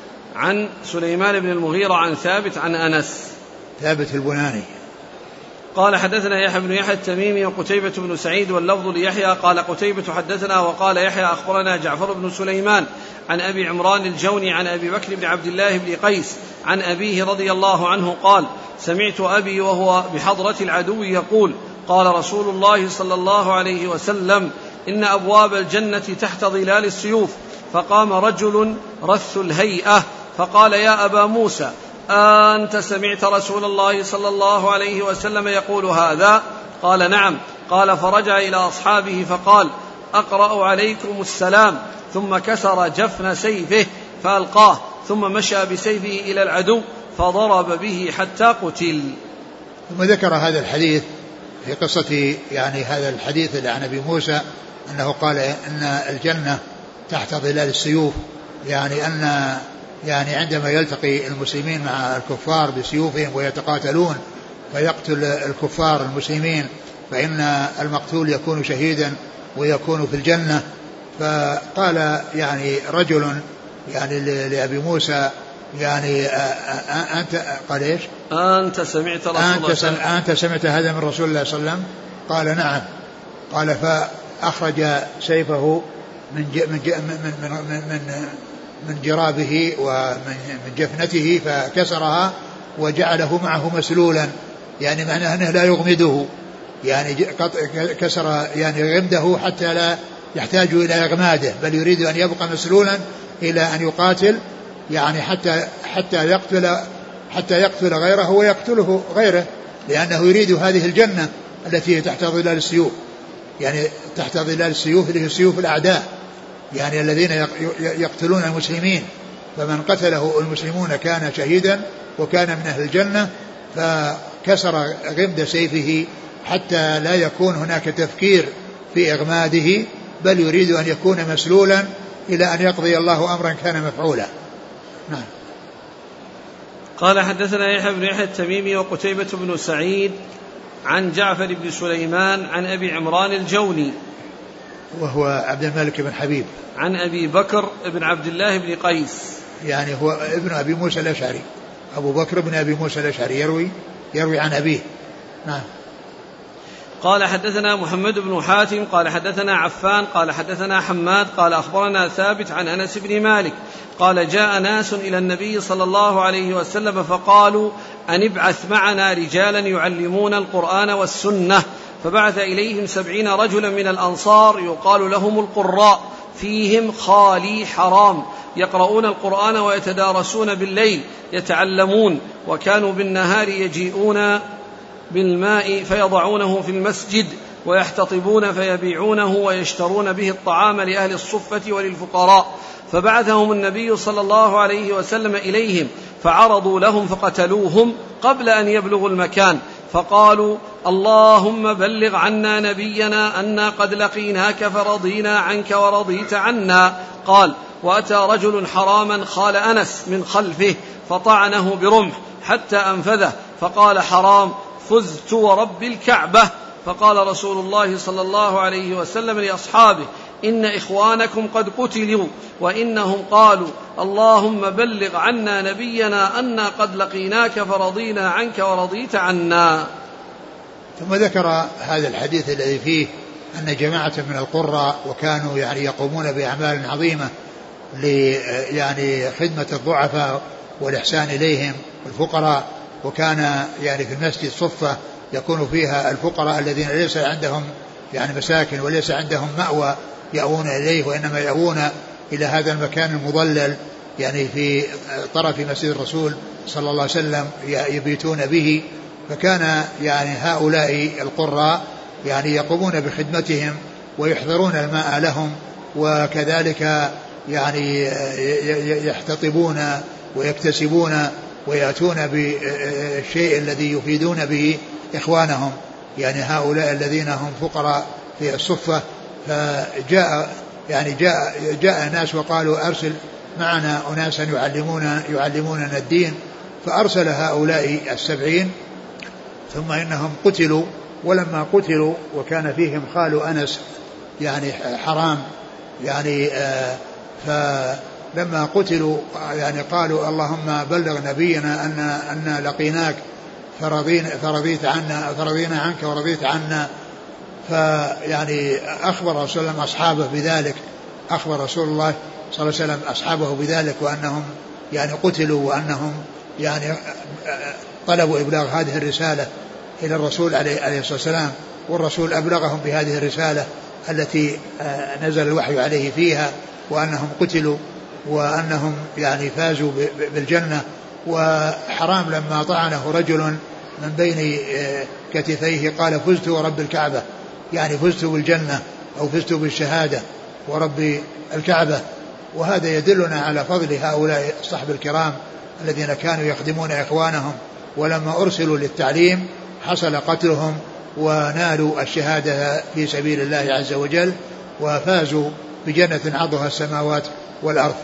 عن سليمان بن المغيرة عن ثابت عن أنس، ثابت البناني، قال حدثنا يحيى بن يحيى التميمي وقتيبة بن سعيد واللفظ ليحيى قال قتيبة حدثنا وقال يحيى أخبرنا جعفر بن سليمان عن أبي عمران الجوني عن أبي بكر بن عبد الله بن قيس عن أبيه رضي الله عنه قال سمعت أبي وهو بحضرة العدو يقول قال رسول الله صلى الله عليه وسلم إن أبواب الجنة تحت ظلال السيوف. فقام رجل رث الهيئة فقال يا أبا موسى أنت سمعت رسول الله صلى الله عليه وسلم يقول هذا؟ قال نعم. قال فرجع إلى أصحابه فقال أقرأ عليكم السلام، ثم كسر جفن سيفه فألقاه، ثم مشى بسيفه إلى العدو فضرب به حتى قتل. ثم ذكر هذا الحديث في قصة يعني هذا الحديث عن أبي موسى أنه قال إن الجنة تحت ظلال السيوف، يعني أن يعني عندما يلتقي المسلمين مع الكفار بسيوفهم ويتقاتلون فيقتل الكفار المسلمين فإن المقتول يكون شهيدا ويكون في الجنة. فقال يعني رجل يعني لأبي موسى يعني أنت قال إيش؟ أنت سمعت رسول الله أنت سمعت هذا من رسول الله صلى الله عليه وسلم؟ قال نعم. قال فأخرج سيفه من جرابه ومن جفنته فكسرها وجعله معه مسلولا، يعني معناه أنه لا يغمده، يعني كسر يعني غمده حتى لا يحتاج إلى إغماده، بل يريد أن يبقى مسلولا إلى أن يقاتل، يعني حتى يقتل غيره ويقتله غيره، لأنه يريد هذه الجنة التي هي تحت ظلال السيوف، يعني تحت ظلال السيوف اللي هي سيوف الأعداء، يعني الذين يقتلون المسلمين، فمن قتله المسلمون كان شهيدا وكان من أهل الجنة. فكسر غمد سيفه حتى لا يكون هناك تفكير في إغماده، بل يريد أن يكون مسلولا إلى أن يقضي الله أمرا كان مفعولا. نعم. قال حدثنا يحيى بن يحيى التميمي وقتيبة بن سعيد عن جعفر بن سليمان عن أبي عمران الجوني وهو عبد الملك بن حبيب عن أبي بكر بن عبد الله بن قيس، يعني هو ابن أبي موسى الأشعري، أبو بكر بن أبي موسى الأشعري يروي عن أبيه. نعم. قال حدثنا محمد بن حاتم قال حدثنا عفان قال حدثنا حماد قال أخبرنا ثابت عن أنس بن مالك قال جاء ناس إلى النبي صلى الله عليه وسلم فقالوا أن ابعث معنا رجالا يعلمون القرآن والسنة، فبعث إليهم 70 رجلا من الأنصار يقال لهم القراء، فيهم خالي حرام، يقرؤون القرآن ويتدارسون بالليل يتعلمون، وكانوا بالنهار يجيئون بالماء فيضعونه في المسجد ويحتطبون فيبيعونه ويشترون به الطعام لأهل الصفة وللفقراء. فبعثهم النبي صلى الله عليه وسلم إليهم فعرضوا لهم فقتلوهم قبل أن يبلغوا المكان، فقالوا اللهم بلغ عنا نبينا أنا قد لقيناك فرضينا عنك ورضيت عنا. قال وأتى رجل حراما خال أنس من خلفه فطعنه برمح حتى أنفذه، فقال حرام فزت ورب الكعبة. فقال رسول الله صلى الله عليه وسلم لأصحابه إن إخوانكم قد قتلوا وإنهم قالوا اللهم بلغ عنا نبينا أنا قد لقيناك فرضينا عنك ورضيت عنا. ثم ذكر هذا الحديث الذي فيه أن جماعة من القراء وكانوا يعني يقومون بأعمال عظيمة يعني خدمة الضعفاء والإحسان إليهم الفقراء، وكان يعني في المسجد صفة يكون فيها الفقراء الذين ليس عندهم يعني مساكن وليس عندهم مأوى يأوون إليه، وإنما يأوون إلى هذا المكان المضلل يعني في طرف مسجد الرسول صلى الله عليه وسلم يبيتون به. فكان يعني هؤلاء القراء يعني يقومون بخدمتهم ويحضرون الماء لهم، وكذلك يعني يحتطبون ويكتسبون ويأتون بالشيء الذي يفيدون به إخوانهم، يعني هؤلاء الذين هم فقراء في الصفة. فجاء يعني جاء ناس وقالوا أرسل معنا أناسا يعلموننا الدين، فأرسل هؤلاء 70 ثم إنهم قتلوا. ولما قتلوا وكان فيهم خال أنس يعني حرام يعني فلما قتلوا يعني قالوا اللهم بلغ نبينا أن لقيناك فرضينا عنك ورضيت عنا. فيعني أخبر رسول الله أصحابه بذلك، أخبر رسول الله صلى الله عليه وسلم أصحابه بذلك، وأنهم يعني قتلوا، وأنهم يعني طلبوا إبلاغ هذه الرسالة إلى الرسول عليه الصلاة والسلام، والرسول أبلغهم بهذه الرسالة التي نزل الوحي عليه فيها، وأنهم قتلوا وأنهم يعني فازوا بالجنة. وحرام لما طعنه رجل من بين كتفيه قال فزت ورب الكعبة، يعني فزت بالجنة أو فزت بالشهادة ورب الكعبة. وهذا يدلنا على فضل هؤلاء الصحب الكرام الذين كانوا يخدمون إخوانهم، ولما أرسلوا للتعليم حصل قتلهم ونالوا الشهادة في سبيل الله عز وجل، وفازوا بجنة عرضها السماوات والأرض.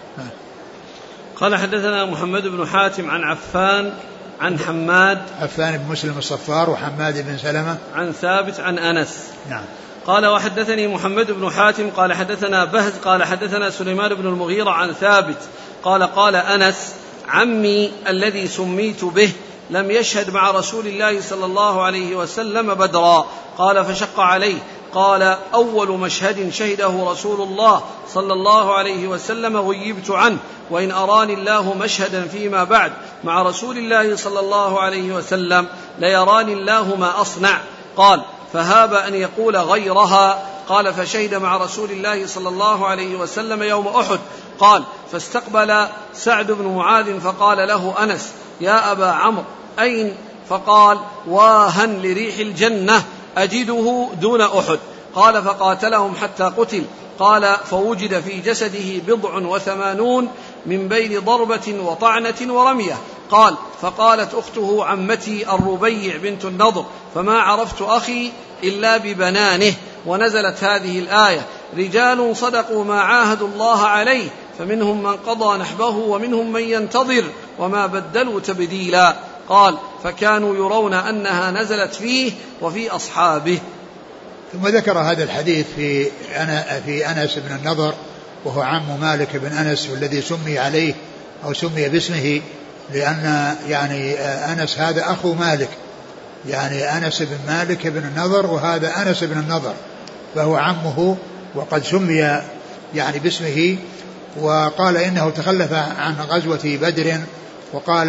قال حدثنا محمد بن حاتم عن عفان عن حماد، عفان بن مسلم الصفار وحماد بن سلمة عن ثابت عن أنس. نعم. قال وحدثني محمد بن حاتم قال حدثنا بهز قال حدثنا سليمان بن المغيرة عن ثابت قال أنس عمي الذي سميت به لم يشهد مع رسول الله صلى الله عليه وسلم بدرا. قال فشق عليه. قال أول مشهد شهده رسول الله صلى الله عليه وسلم غيبت عنه، وإن أراني الله مشهدا فيما بعد مع رسول الله صلى الله عليه وسلم ليراني الله ما أصنع. قال فهاب أن يقول غيرها. قال فشهد مع رسول الله صلى الله عليه وسلم يوم أحد. قال فاستقبل سعد بن معاذ فقال له أنس يا أبا عمرو أين؟ فقال واهن لريح الجنة أجده دون أحد. قال فقاتلهم حتى قتل. قال فوجد في جسده 87 من بين ضربة وطعنة ورمية. قال فقالت أخته عمتي الربيع بنت النضر فما عرفت أخي إلا ببنانه. ونزلت هذه الآية رجال صدقوا ما عاهدوا الله عليه فمنهم من قضى نحبه ومنهم من ينتظر وما بدلوا تبديلا. قال فكانوا يرون أنها نزلت فيه وفي أصحابه. ثم ذكر هذا الحديث في أنس بن النضر، وهو عم مالك بن أنس والذي سمي عليه أو سمي باسمه، لأن يعني أنس هذا أخو مالك، يعني أنس بن مالك بن النضر وهذا أنس بن النضر، فهو عمه وقد سمي يعني باسمه. وقال إنه تخلف عن غزوة بدر، وقال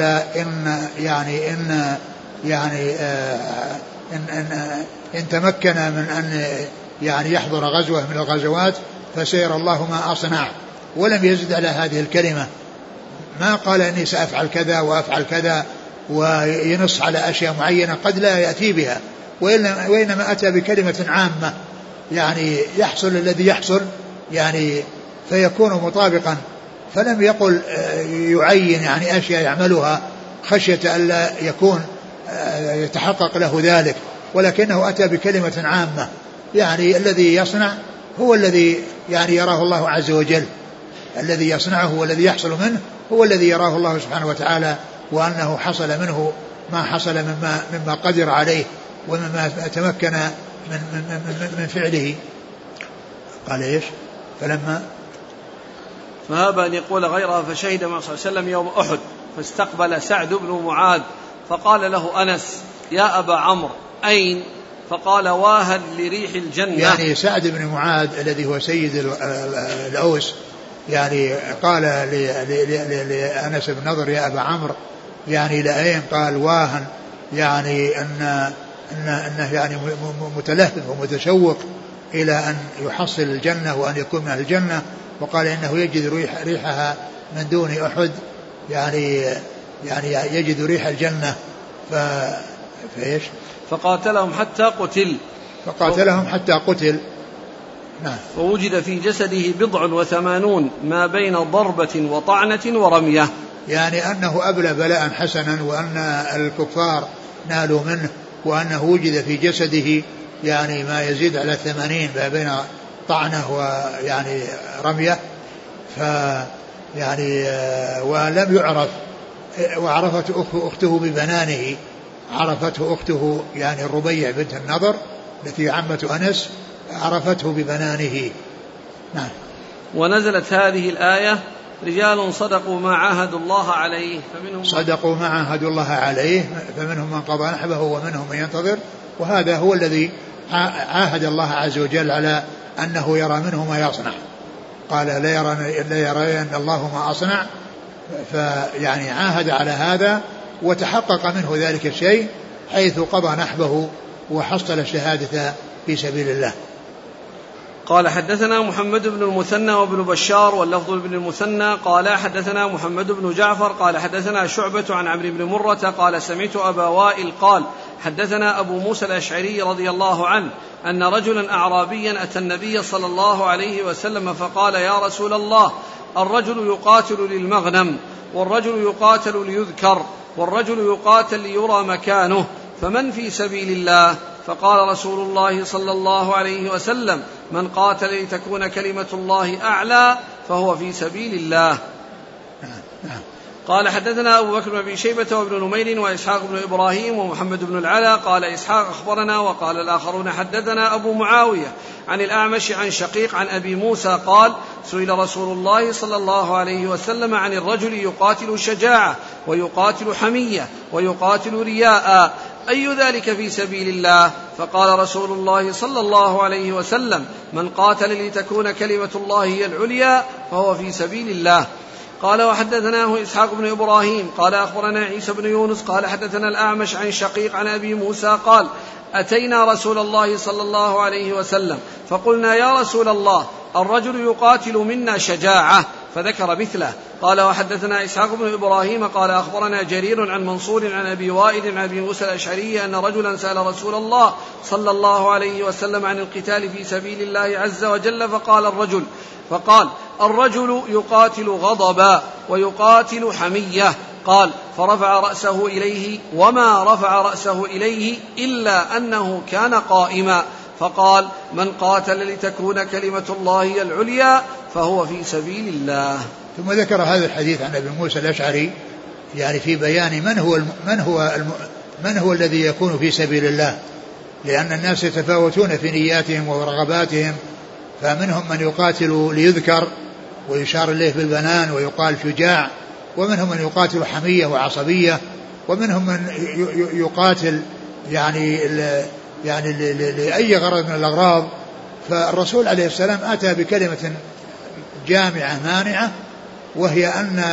إن تمكن من أن يعني يحضر غزوة من الغزوات فسيرى الله ما أصنع، ولم يزد على هذه الكلمة. ما قال إني سأفعل كذا وأفعل كذا وينص على أشياء معينة قد لا يأتي بها، وإنما أتى بكلمة عامة يعني يحصل الذي يحصل يعني فيكون مطابقا، فلم يقل يعين يعني أشياء يعملها خشية ألا يكون يتحقق له ذلك، ولكنه أتى بكلمة عامة، يعني الذي يصنع هو الذي يعني يراه الله عز وجل، الذي يصنعه والذي يحصل منه هو الذي يراه الله سبحانه وتعالى، وأنه حصل منه ما حصل مما قدر عليه ومما تمكن من فعله. قال إيش؟ فلما فهاب أن يقول غيرها فشهد مع صلى الله عليه وسلم يوم أحد. فاستقبل سعد بن معاذ فقال له أنس يا أبا عمرو أين؟ فقال واهن لريح الجنة. يعني سعد بن معاذ الذي هو سيد الأوس يعني قال لأنس بن نضر يا أبا عمرو يعني لأين؟ قال واهن يعني أنه يعني متلهف ومتشوق إلى أن يحصل الجنة وأن يكون من الجنة، وقال إنه يجد ريحها من دون أحد، يعني يجد ريح الجنة. فإيش؟ فقاتلهم حتى قتل. فقاتلهم حتى قتل. نعم. ووجد في جسده 87 ما بين ضربة وطعنة ورمية، يعني أنه أبلى بلاء حسنا، وأن الكفار نالوا منه، وأنه وجد في جسده يعني ما يزيد على 80 ما بين طعنة ويعني رمية، يعني ولم يعرف، وعرفته أخته ببنانه، عرفته أخته يعني الربيع بنت النضر التي عمة أنس عرفته ببنانه. نعم. ونزلت هذه الآية رجال صدقوا ما عاهدوا الله عليه صدقوا ما عاهدوا الله عليه فمنهم من قضى نحبه ومنهم من ينتظر. وهذا هو الذي عاهد الله عز وجل على أنه يرى منه ما يصنع. قال لا يرين الله ما أصنع، فيعني عاهد على هذا وتحقق منه ذلك الشيء حيث قضى نحبه وحصل الشهادة في سبيل الله. قال حدثنا محمد بن المثنى وابن بشار واللفظ بن المثنى قال حدثنا محمد بن جعفر قال حدثنا شعبة عن عمرو بن مرة قال سمعت أبا وائل قال حدثنا أبو موسى الأشعري رضي الله عنه أن رجلا أعرابيا أتى النبي صلى الله عليه وسلم فقال يا رسول الله الرجل يقاتل للمغنم والرجل يقاتل ليذكر والرجل يقاتل ليرى مكانه فمن في سبيل الله؟ فقال رسول الله صلى الله عليه وسلم من قاتل لتكون كلمة الله أعلى فهو في سبيل الله. قال حدثنا أبو بكر بن أبي شيبة وابن نمير وإسحاق بن إبراهيم ومحمد بن العلا قال إسحاق أخبرنا وقال الآخرون حدثنا أبو معاوية عن الأعمش عن شقيق عن أبي موسى قال سئل رسول الله صلى الله عليه وسلم عن الرجل يقاتل شجاعة ويقاتل حمية ويقاتل رياء أي ذلك في سبيل الله؟ فقال رسول الله صلى الله عليه وسلم من قاتل لتكون كلمة الله هي العليا فهو في سبيل الله. قال وحدثناه إسحاق بن إبراهيم قال أخبرنا عيسى بن يونس قال حدثنا الأعمش عن شقيق عن أبي موسى قال أتينا رسول الله صلى الله عليه وسلم فقلنا يا رسول الله الرجل يقاتل منا شجاعة فذكر مثله. قال وحدثنا إسحاق بن إبراهيم قال أخبرنا جرير عن منصور عن أبي وائل عن أبي موسى الأشعري أن رجلا سأل رسول الله صلى الله عليه وسلم عن القتال في سبيل الله عز وجل فقال الرجل يقاتل غضبا ويقاتل حمية. قال فرفع رأسه إليه وما رفع رأسه إليه إلا أنه كان قائما فقال من قاتل لتكون كلمة الله هي العليا فهو في سبيل الله. ثم ذكر هذا الحديث عن أبي موسى الأشعري يعني في بيان من هو الذي يكون في سبيل الله، لأن الناس يتفاوتون في نياتهم ورغباتهم، فمنهم من يقاتل ليذكر ويشار إليه بالبنان ويقال شجاع، ومنهم من يقاتل حمية وعصبية، ومنهم من يقاتل يعني لأي غرض من الأغراض. فالرسول عليه السلام أتى بكلمة جامعة مانعة، وهي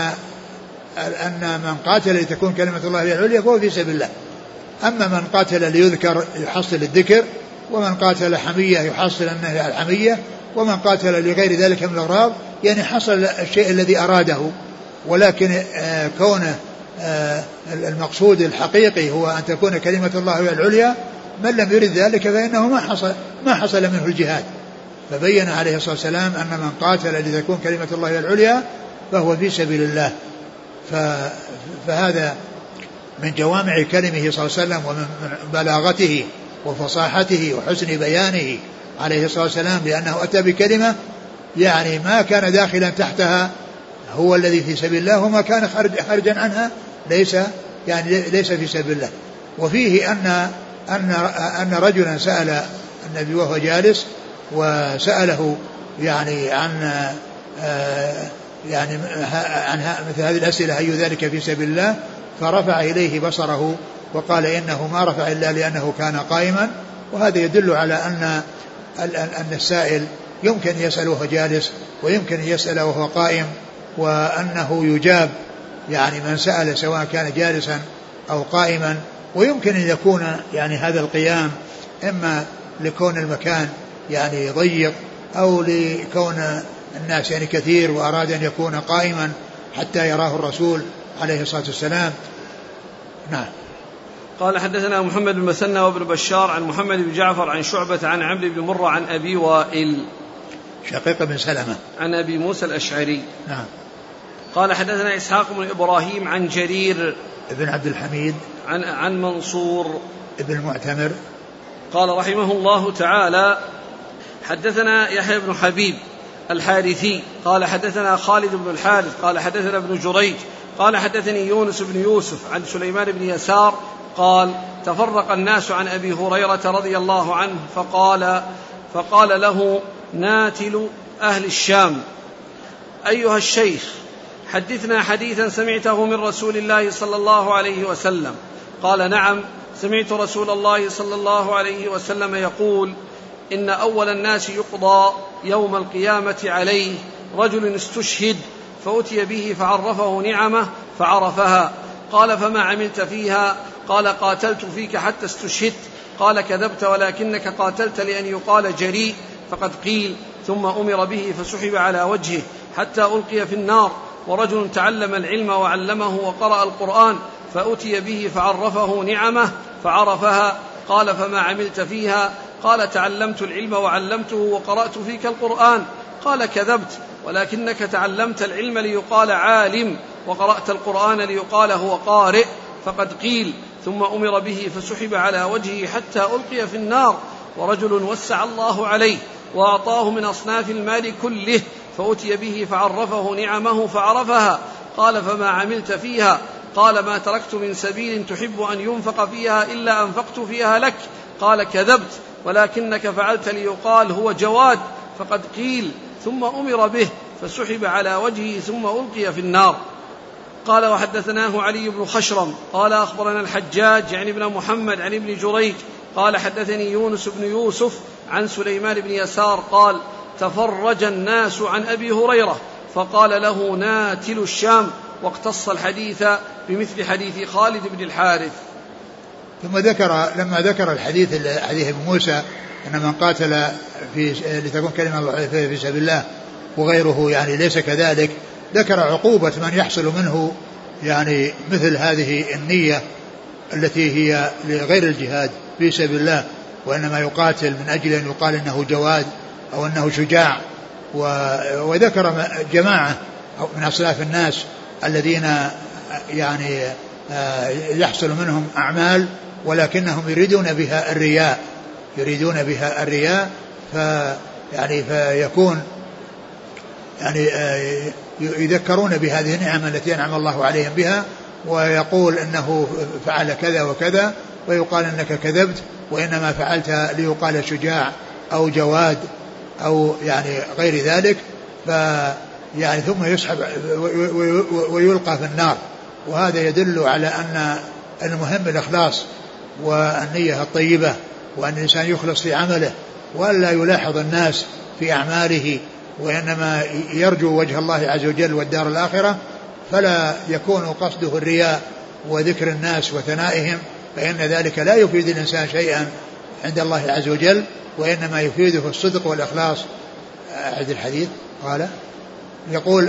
أن من قاتل لتكون كلمة الله هي العليا فهو في سبيل الله. أما من قاتل ليذكر يحصل الذكر، ومن قاتل حمية يحصل الحمية، ومن قاتل لغير ذلك من الأغراض يعني حصل الشيء الذي أراده. ولكن كونه المقصود الحقيقي هو أن تكون كلمة الله هي العليا، من لم يرد ذلك فإنه ما حصل منه الجهاد. فبين عليه الصلاة والسلام أن من قاتل لتكون كلمة الله هي العليا فهو في سبيل الله. فهذا من جوامع كلمه صلى الله عليه وسلم ومن بلاغته وفصاحته وحسن بيانه عليه الصلاة والسلام، لأنه أتى بكلمة يعني ما كان داخلا تحتها هو الذي في سبيل الله، وما كان خارجا عنها ليس في سبيل الله. وفيه أن رجلا سأل النبي وهو جالس وسأله يعني عن مثل هذه الأسئلة أي ذلك في سبيل الله، فرفع إليه بصره وقال إنه ما رفع إلا لأنه كان قائما. وهذا يدل على أن السائل يمكن يسأل وهو جالس ويمكن يسأل وهو قائم، وأنه يجاب يعني من سأل سواء كان جالسا أو قائما. ويمكن أن يكون يعني هذا القيام إما لكون المكان يعني ضيق أو لكون الناس يعني كثير وأراد أن يكون قائما حتى يراه الرسول عليه الصلاة والسلام. نعم. قال حدثنا محمد بن مثنى وابن بشار عن محمد بن جعفر عن شعبة عن عمرو بن مرة عن أبي وائل شقيق بن سلمة عن أبي موسى الأشعري. نعم. قال حدثنا إسحاق بن إبراهيم عن جرير ابن عبد الحميد عن منصور ابن المعتمر قال رحمه الله تعالى حدثنا يحيى بن حبيب الحارثي قال حدثنا خالد بن الحارث قال حدثنا ابن جريج قال حدثني يونس بن يوسف عن سليمان بن يسار قال تفرق الناس عن أبي هريرة رضي الله عنه فقال له ناتل أهل الشام أيها الشيخ حدثنا حديثا سمعته من رسول الله صلى الله عليه وسلم. قال نعم، سمعت رسول الله صلى الله عليه وسلم يقول: إن أول الناس يقضى يوم القيامة عليه رجل استشهد فأتي به فعرفه نعمه فعرفها. قال: فما عملت فيها؟ قال: قاتلت فيك حتى استشهدت. قال: كذبت ولكنك قاتلت لأن يقال جريء، فقد قيل. ثم أمر به فسحب على وجهه حتى ألقي في النار. ورجل تعلم العلم وعلمه وقرأ القرآن فأتي به فعرفه نعمه فعرفها. قال: فما عملت فيها؟ قال: تعلمت العلم وعلمته وقرأت فيك القرآن. قال: كذبت ولكنك تعلمت العلم ليقال عالم وقرأت القرآن ليقال هو قارئ، فقد قيل. ثم أمر به فسحب على وجهه حتى ألقي في النار. ورجل وسع الله عليه وأعطاه من أصناف المال كله فأتي به فعرفه نعمه فعرفها. قال: فما عملت فيها؟ قال: ما تركت من سبيل تحب أن ينفق فيها إلا أنفقت فيها لك. قال: كذبت ولكنك فعلت ليقال هو جواد، فقد قيل. ثم أمر به فسحب على وجهه ثم ألقي في النار. قال: وحدثناه علي بن خشرم قال: أخبرنا الحجاج يعني ابن محمد عن ابن جريج قال: حدثني يونس بن يوسف عن سليمان بن يسار قال: تفرج الناس عن أبي هريرة فقال له ناتل الشام، واقتص الحديث بمثل حديث خالد بن الحارث. ثم لما ذكر حديث ابن موسى أن من قاتل لتكون كلمة الله في سبيل الله وغيره يعني ليس كذلك، ذكر عقوبة من يحصل منه يعني مثل هذه النية التي هي لغير الجهاد في سبيل الله، وإنما يقاتل من أجل أن يقال إنه جواد أو أنه شجاع. وذكر جماعة من أصلاف الناس الذين يعني يحصل منهم أعمال ولكنهم يريدون بها الرياء فيكون يعني يذكرون بهذه النعم التي أنعم الله عليهم بها، ويقول إنه فعل كذا وكذا ويقال إنك كذبت وإنما فعلت ليقال شجاع أو جواد أو يعني غير ذلك، يعني ثم يسحب ويلقى في النار. وهذا يدل على أن المهم الإخلاص والنية الطيبة، وأن الإنسان يخلص في عمله وألا يلاحظ الناس في أعماله، وإنما يرجو وجه الله عز وجل والدار الآخرة، فلا يكون قصده الرياء وذكر الناس وثنائهم، فإن ذلك لا يفيد الإنسان شيئا عند الله عز وجل، وإنما يفيده الصدق والإخلاص. أعد الحديث. قال يقول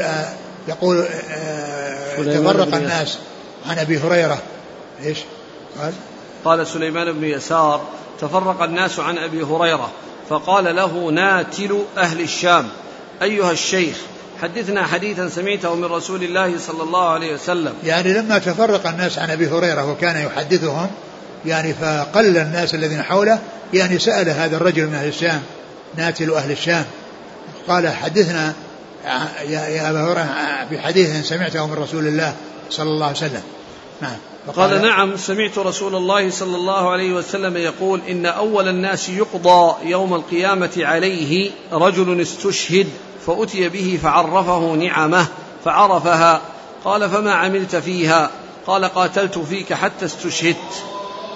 تفرق الناس عن أبي هريرة. إيش قال سليمان بن يسار: تفرق الناس عن أبي هريرة فقال له ناتل أهل الشام: أيها الشيخ حدثنا حديثا سمعته من رسول الله صلى الله عليه وسلم. يعني لما تفرق الناس عن أبي هريرة وكان يحدثهم يعني فقل الناس الذين حوله، يعني سأل هذا الرجل من أهل الشام ناتل أهل الشام قال: حدثنا يا أبا هريرة بحديث سمعته من رسول الله صلى الله عليه وسلم. قال: نعم، سمعت رسول الله صلى الله عليه وسلم يقول: إن أول الناس يقضى يوم القيامة عليه رجل استشهد فأتي به فعرفه نعمه فعرفها. قال: فما عملت فيها؟ قال: قاتلت فيك حتى استشهدت.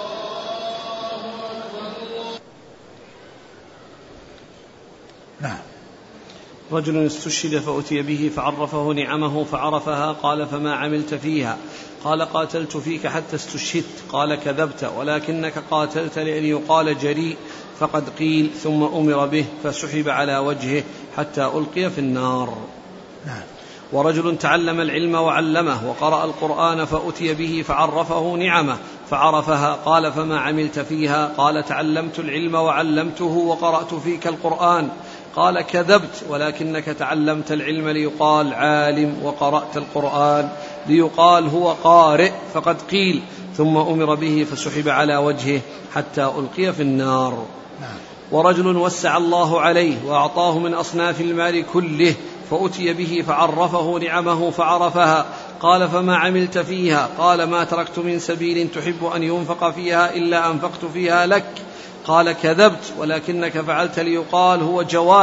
رجل استشهد فأتي به فعرفه نعمه فعرفها. قال: فما عملت فيها؟ قال: قاتلت فيك حتى استشهدت. قال: كذبت ولكنك قاتلت لأن يقال جريء، فقد قيل. ثم أمر به فسحب على وجهه حتى ألقي في النار. ورجل تعلم العلم وعلمه وقرأ القرآن فأتي به فعرفه نعمه فعرفها. قال: فما عملت فيها؟ قال: تعلمت العلم وعلمته وقرأت فيك القرآن. قال: كذبت ولكنك تعلمت العلم ليقال عالم وقرأت القرآن ليقال هو قارئ، فقد قيل. ثم أمر به فسحب على وجهه حتى ألقي في النار. ورجل وسع الله عليه وأعطاه من أصناف المال كله فأتي به فعرفه نعمه فعرفها. قال: فما عملت فيها؟ قال: ما تركت من سبيل تحب أن ينفق فيها إلا أنفقت فيها لك. قال: كذبت ولكنك فعلت ليقال هو جواد،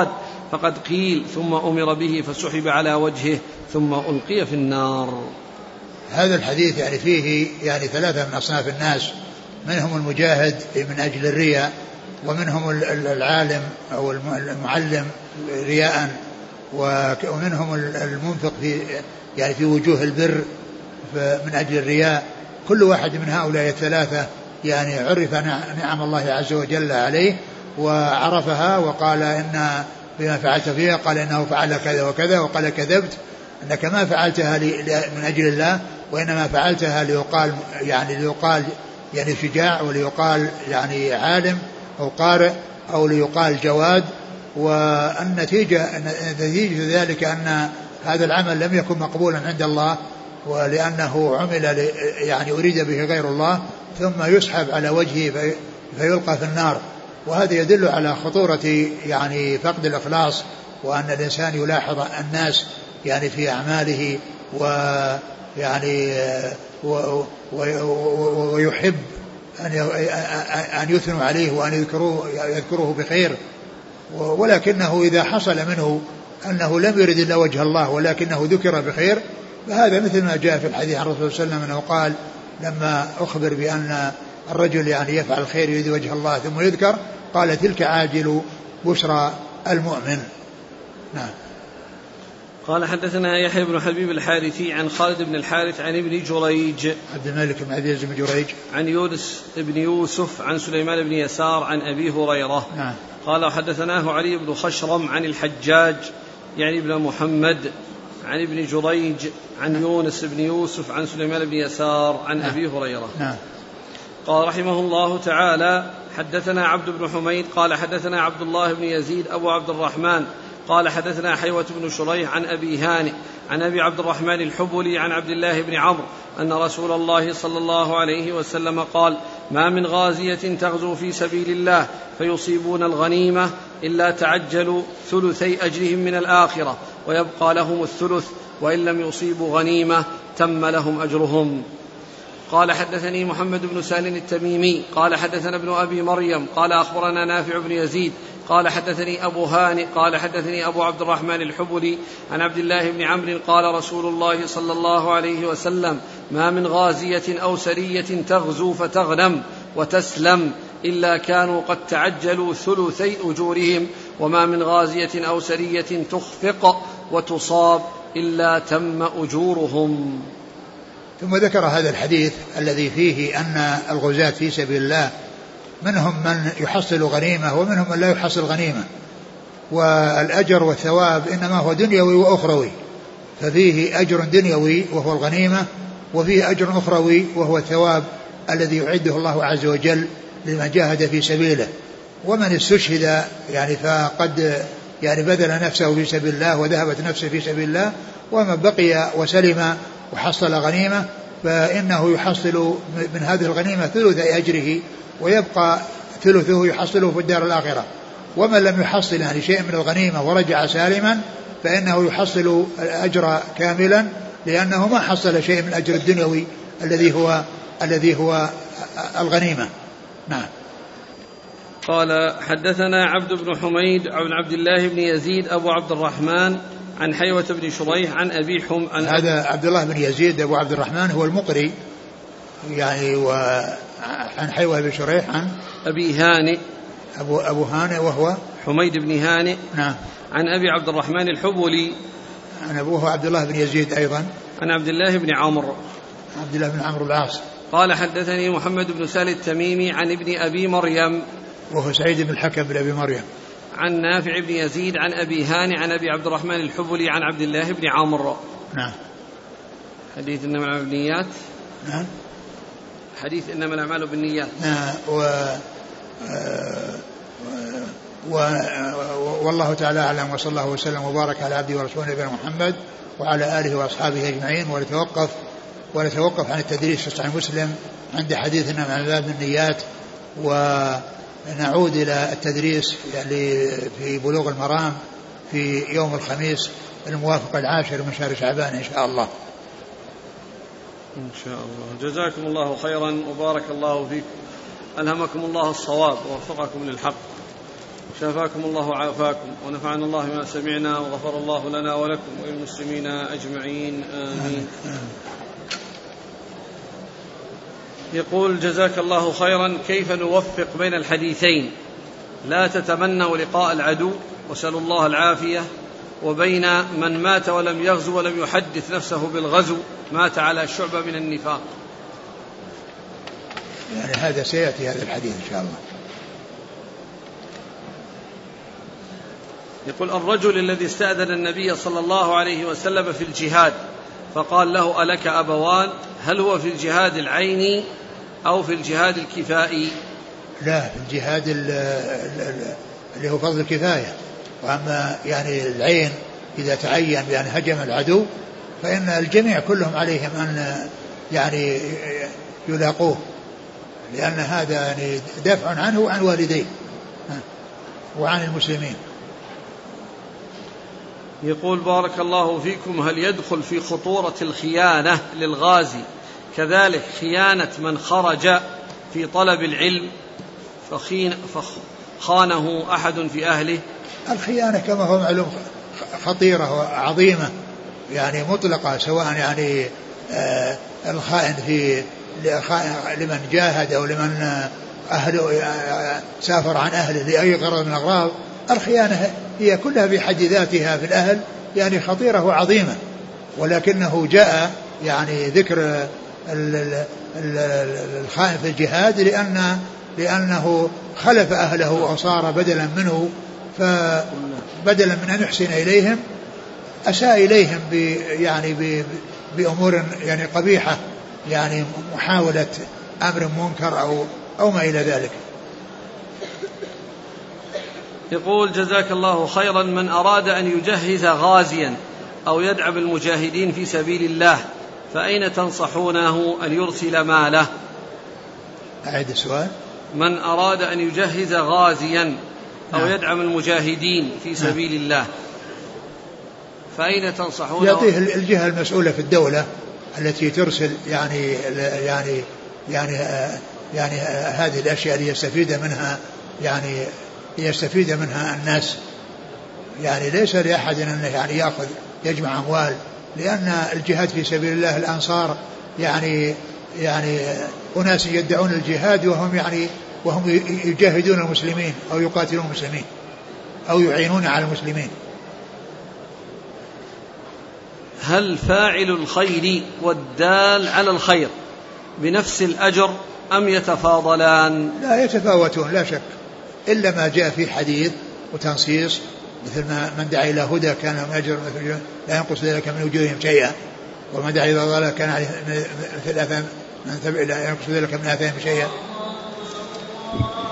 فقد قيل ثم أمر به فسحب على وجهه ثم ألقي في النار. هذا الحديث يعني فيه يعني ثلاثة من أصناف الناس، منهم المجاهد من أجل الرياء، ومنهم العالم أو المعلم رياء، ومنهم المنفق في وجوه البر من أجل الرياء. كل واحد من هؤلاء الثلاثة يعني عرف نعم الله عز وجل عليه وعرفها، وقال إن بما فعلت فيها قال إنه فعل كذا وكذا، وقال كذبت أنك ما فعلتها من أجل الله، وإنما فعلتها ليقال يعني شجاع، وليقال يعني عالم أو قارئ، أو ليقال جواد. والنتيجة ذلك أن هذا العمل لم يكن مقبولا عند الله، ولأنه عمل يعني أريد به غير الله، ثم يسحب على وجهه فيلقى في النار. وهذا يدل على خطورة يعني فقد الإخلاص، وأن الإنسان يلاحظ الناس يعني في أعماله ويعني ويحب أن يثنوا عليه وأن يذكروه بخير، ولكنه إذا حصل منه أنه لم يرد إلا وجه الله ولكنه ذكر بخير، فهذا مثل ما جاء في الحديث عن الرسول صلى الله عليه وسلم أنه قال لما أخبر بأن الرجل يعني يفعل الخير يريد وجه الله ثم يذكر، قال تلك عاجل بشرى المؤمن. نعم. قال حدثنا يحيى بن حبيب الحارثي عن خالد بن الحارث عن ابن جريج عبد الملك بن عزيز بن جريج عن يونس بن يوسف عن سليمان بن يسار عن أبي هريرة. نعم. قال حدثناه علي بن خشرم عن الحجاج يعني ابن محمد عن ابن جريج عن يونس بن يوسف عن سليمان بن يسار عن أبي هريرة. نعم. قال رحمه الله تعالى حدثنا عبد بن حميد قال حدثنا عبد الله بن يزيد أبو عبد الرحمن قال حدثنا حيوة بن شريح عن أبي هانئ عن أبي عبد الرحمن الحبلي عن عبد الله بن عمرو أن رسول الله صلى الله عليه وسلم قال ما من غازية تغزو في سبيل الله فيصيبون الغنيمة إلا تعجلوا ثلثي أجرهم من الآخرة ويبقى لهم الثلث، وإن لم يصيبوا غنيمة تم لهم أجرهم. قال حدثني محمد بن سالم التميمي قال حدثنا ابن أبي مريم قال أخبرنا نافع بن يزيد قال حدثني أبو هانئ قال حدثني أبو عبد الرحمن الحبلي عن عبد الله بن عمرو قال رسول الله صلى الله عليه وسلم ما من غازية أو سرية تغزو فتغنم وتسلم إلا كانوا قد تعجلوا ثلثي أجورهم، وما من غازية أو سرية تخفق وتصاب إلا تم أجورهم. ثم ذكر هذا الحديث الذي فيه أن الغزاة في سبيل الله منهم من يحصل غنيمة ومنهم من لا يحصل غنيمة، والأجر والثواب إنما هو دنيوي وأخروي، ففيه أجر دنيوي وهو الغنيمة، وفيه أجر أخروي وهو الثواب الذي يعده الله عز وجل لمن جاهد في سبيله. ومن استشهد يعني فقد يعني بذل نفسه في سبيل الله وذهبت نفسه في سبيل الله، ومن بقي وسلم وحصل غنيمة فإنه يحصل من هذه الغنيمة ثلث أجره، ويبقى ثلثه يحصله في الدار الآخرة. ومن لم يحصل يعني شيء من الغنيمة ورجع سالما فإنه يحصل الأجر كاملا، لأنه ما حصل شيء من الأجر الدنيوي الذي هو الغنيمة. نعم. قال حدثنا عبد بن حميد عن عبد الله بن يزيد أبو عبد الرحمن عن حيوة بن شريح عن أبي هذا عبد الله بن يزيد أبو عبد الرحمن هو المقري يعني، وعن حيوة بن شريح عن أبي هانئ أبو هانئ وهو حميد بن هانئ. نعم. عن أبي عبد الرحمن الحبلي عن أبوه عبد الله بن يزيد أيضا عن عبد الله بن عمرو عبد الله بن عمرو العاص. قال حدثني محمد بن سالم التميمي عن ابن أبي مريم وهو سعيد بن الحكم بن أبي مريم عن نافع بن يزيد عن أبي هانئ عن أبي عبد الرحمن الحبلي عن عبد الله بن عمرو. نعم. حديث إنما الأعمال بالنيات. نعم. حديث إنما الأعمال بالنيات. والله تعالى أعلم، وصلى الله وسلم وبارك على عبده ورسوله نبينا محمد وعلى آله وأصحابه أجمعين. ونتوقف عن التدريس في صحيح مسلم عند حديث إنما الأعمال بالنيات، ونعود إلى التدريس يعني في بلوغ المرام في يوم الخميس الموافق 10 من شهر شعبان إن شاء الله. إن شاء الله. جزاكم الله خيرا وبارك الله فيكم، ألهمكم الله الصواب ووفقكم للحق. شافاكم الله وعافاكم ونفعنا الله ما سمعنا وغفر الله لنا ولكم وللمسلمين أجمعين آمين. يقول جزاك الله خيرا، كيف نوفق بين الحديثين لا تتمنوا لقاء العدو وسألوا الله العافية، وبين من مات ولم يغزو ولم يحدث نفسه بالغزو مات على شعبة من النفاق؟ يعني هذا سيأتي هذا الحديث إن شاء الله. يقول الرجل الذي استأذن النبي صلى الله عليه وسلم في الجهاد فقال له ألك أبوان، هل هو في الجهاد العيني أو في الجهاد الكفائي؟ لا، في الجهاد اللي هو فرض الكفاية. وأما يعني العين إذا تعين بأن هجم العدو فإن الجميع كلهم عليهم أن يعني يلاقوه، لأن هذا يعني دافع عنه وعن والديه وعن المسلمين. يقول بارك الله فيكم، هل يدخل في خطورة الخيانة للغازي كذلك خيانة من خرج في طلب العلم فخانه أحد في أهله؟ الخيانة كما هو معلوم خطيرة وعظيمة، يعني مطلقة، سواء يعني الخائن لمن جاهد أو لمن أهله سافر عن أهله لأي غرض من الأغراض. الخيانة هي كلها في حد ذاتها في الأهل يعني خطيرة وعظيمة، ولكنه جاء يعني ذكر الخائن في الجهاد لأنه خلف أهله وصار بدلا منه، فبدلا من أن يحسن إليهم أساء إليهم بأمور يعني قبيحة، يعني محاولة أمر منكر أو ما إلى ذلك. يقول جزاك الله خيرا، من أراد أن يجهز غازيا أو يدعم المجاهدين في سبيل الله فأين تنصحونه أن يرسل ماله؟ أعيد السؤال. من أراد أن يجهز غازيا أو يدعم المجاهدين في سبيل الله فأين تنصحونه؟ يعطيه الجهة المسؤولة في الدولة التي ترسل يعني هذه الأشياء ليستفيد منها الناس. يعني ليس لأحد أن يعني يجمع أموال، لأن الجهاد في سبيل الله الأنصار يعني أناس يدعون الجهاد وهم يجاهدون المسلمين أو يقاتلون المسلمين أو يعينون على المسلمين. هل فاعل الخير والدال على الخير بنفس الأجر أم يتفاضلان؟ لا، يتفاوتون لا شك، إلا ما جاء في حديث وتنصيص، مثل ما من دعا إلى هدى كان له أجر لا ينقص ذلك من وجوههم شيئا، ومن دعا إلى ضلال كان عليه مثل آثام لا ينقص ذلك من آثامهم شيئا.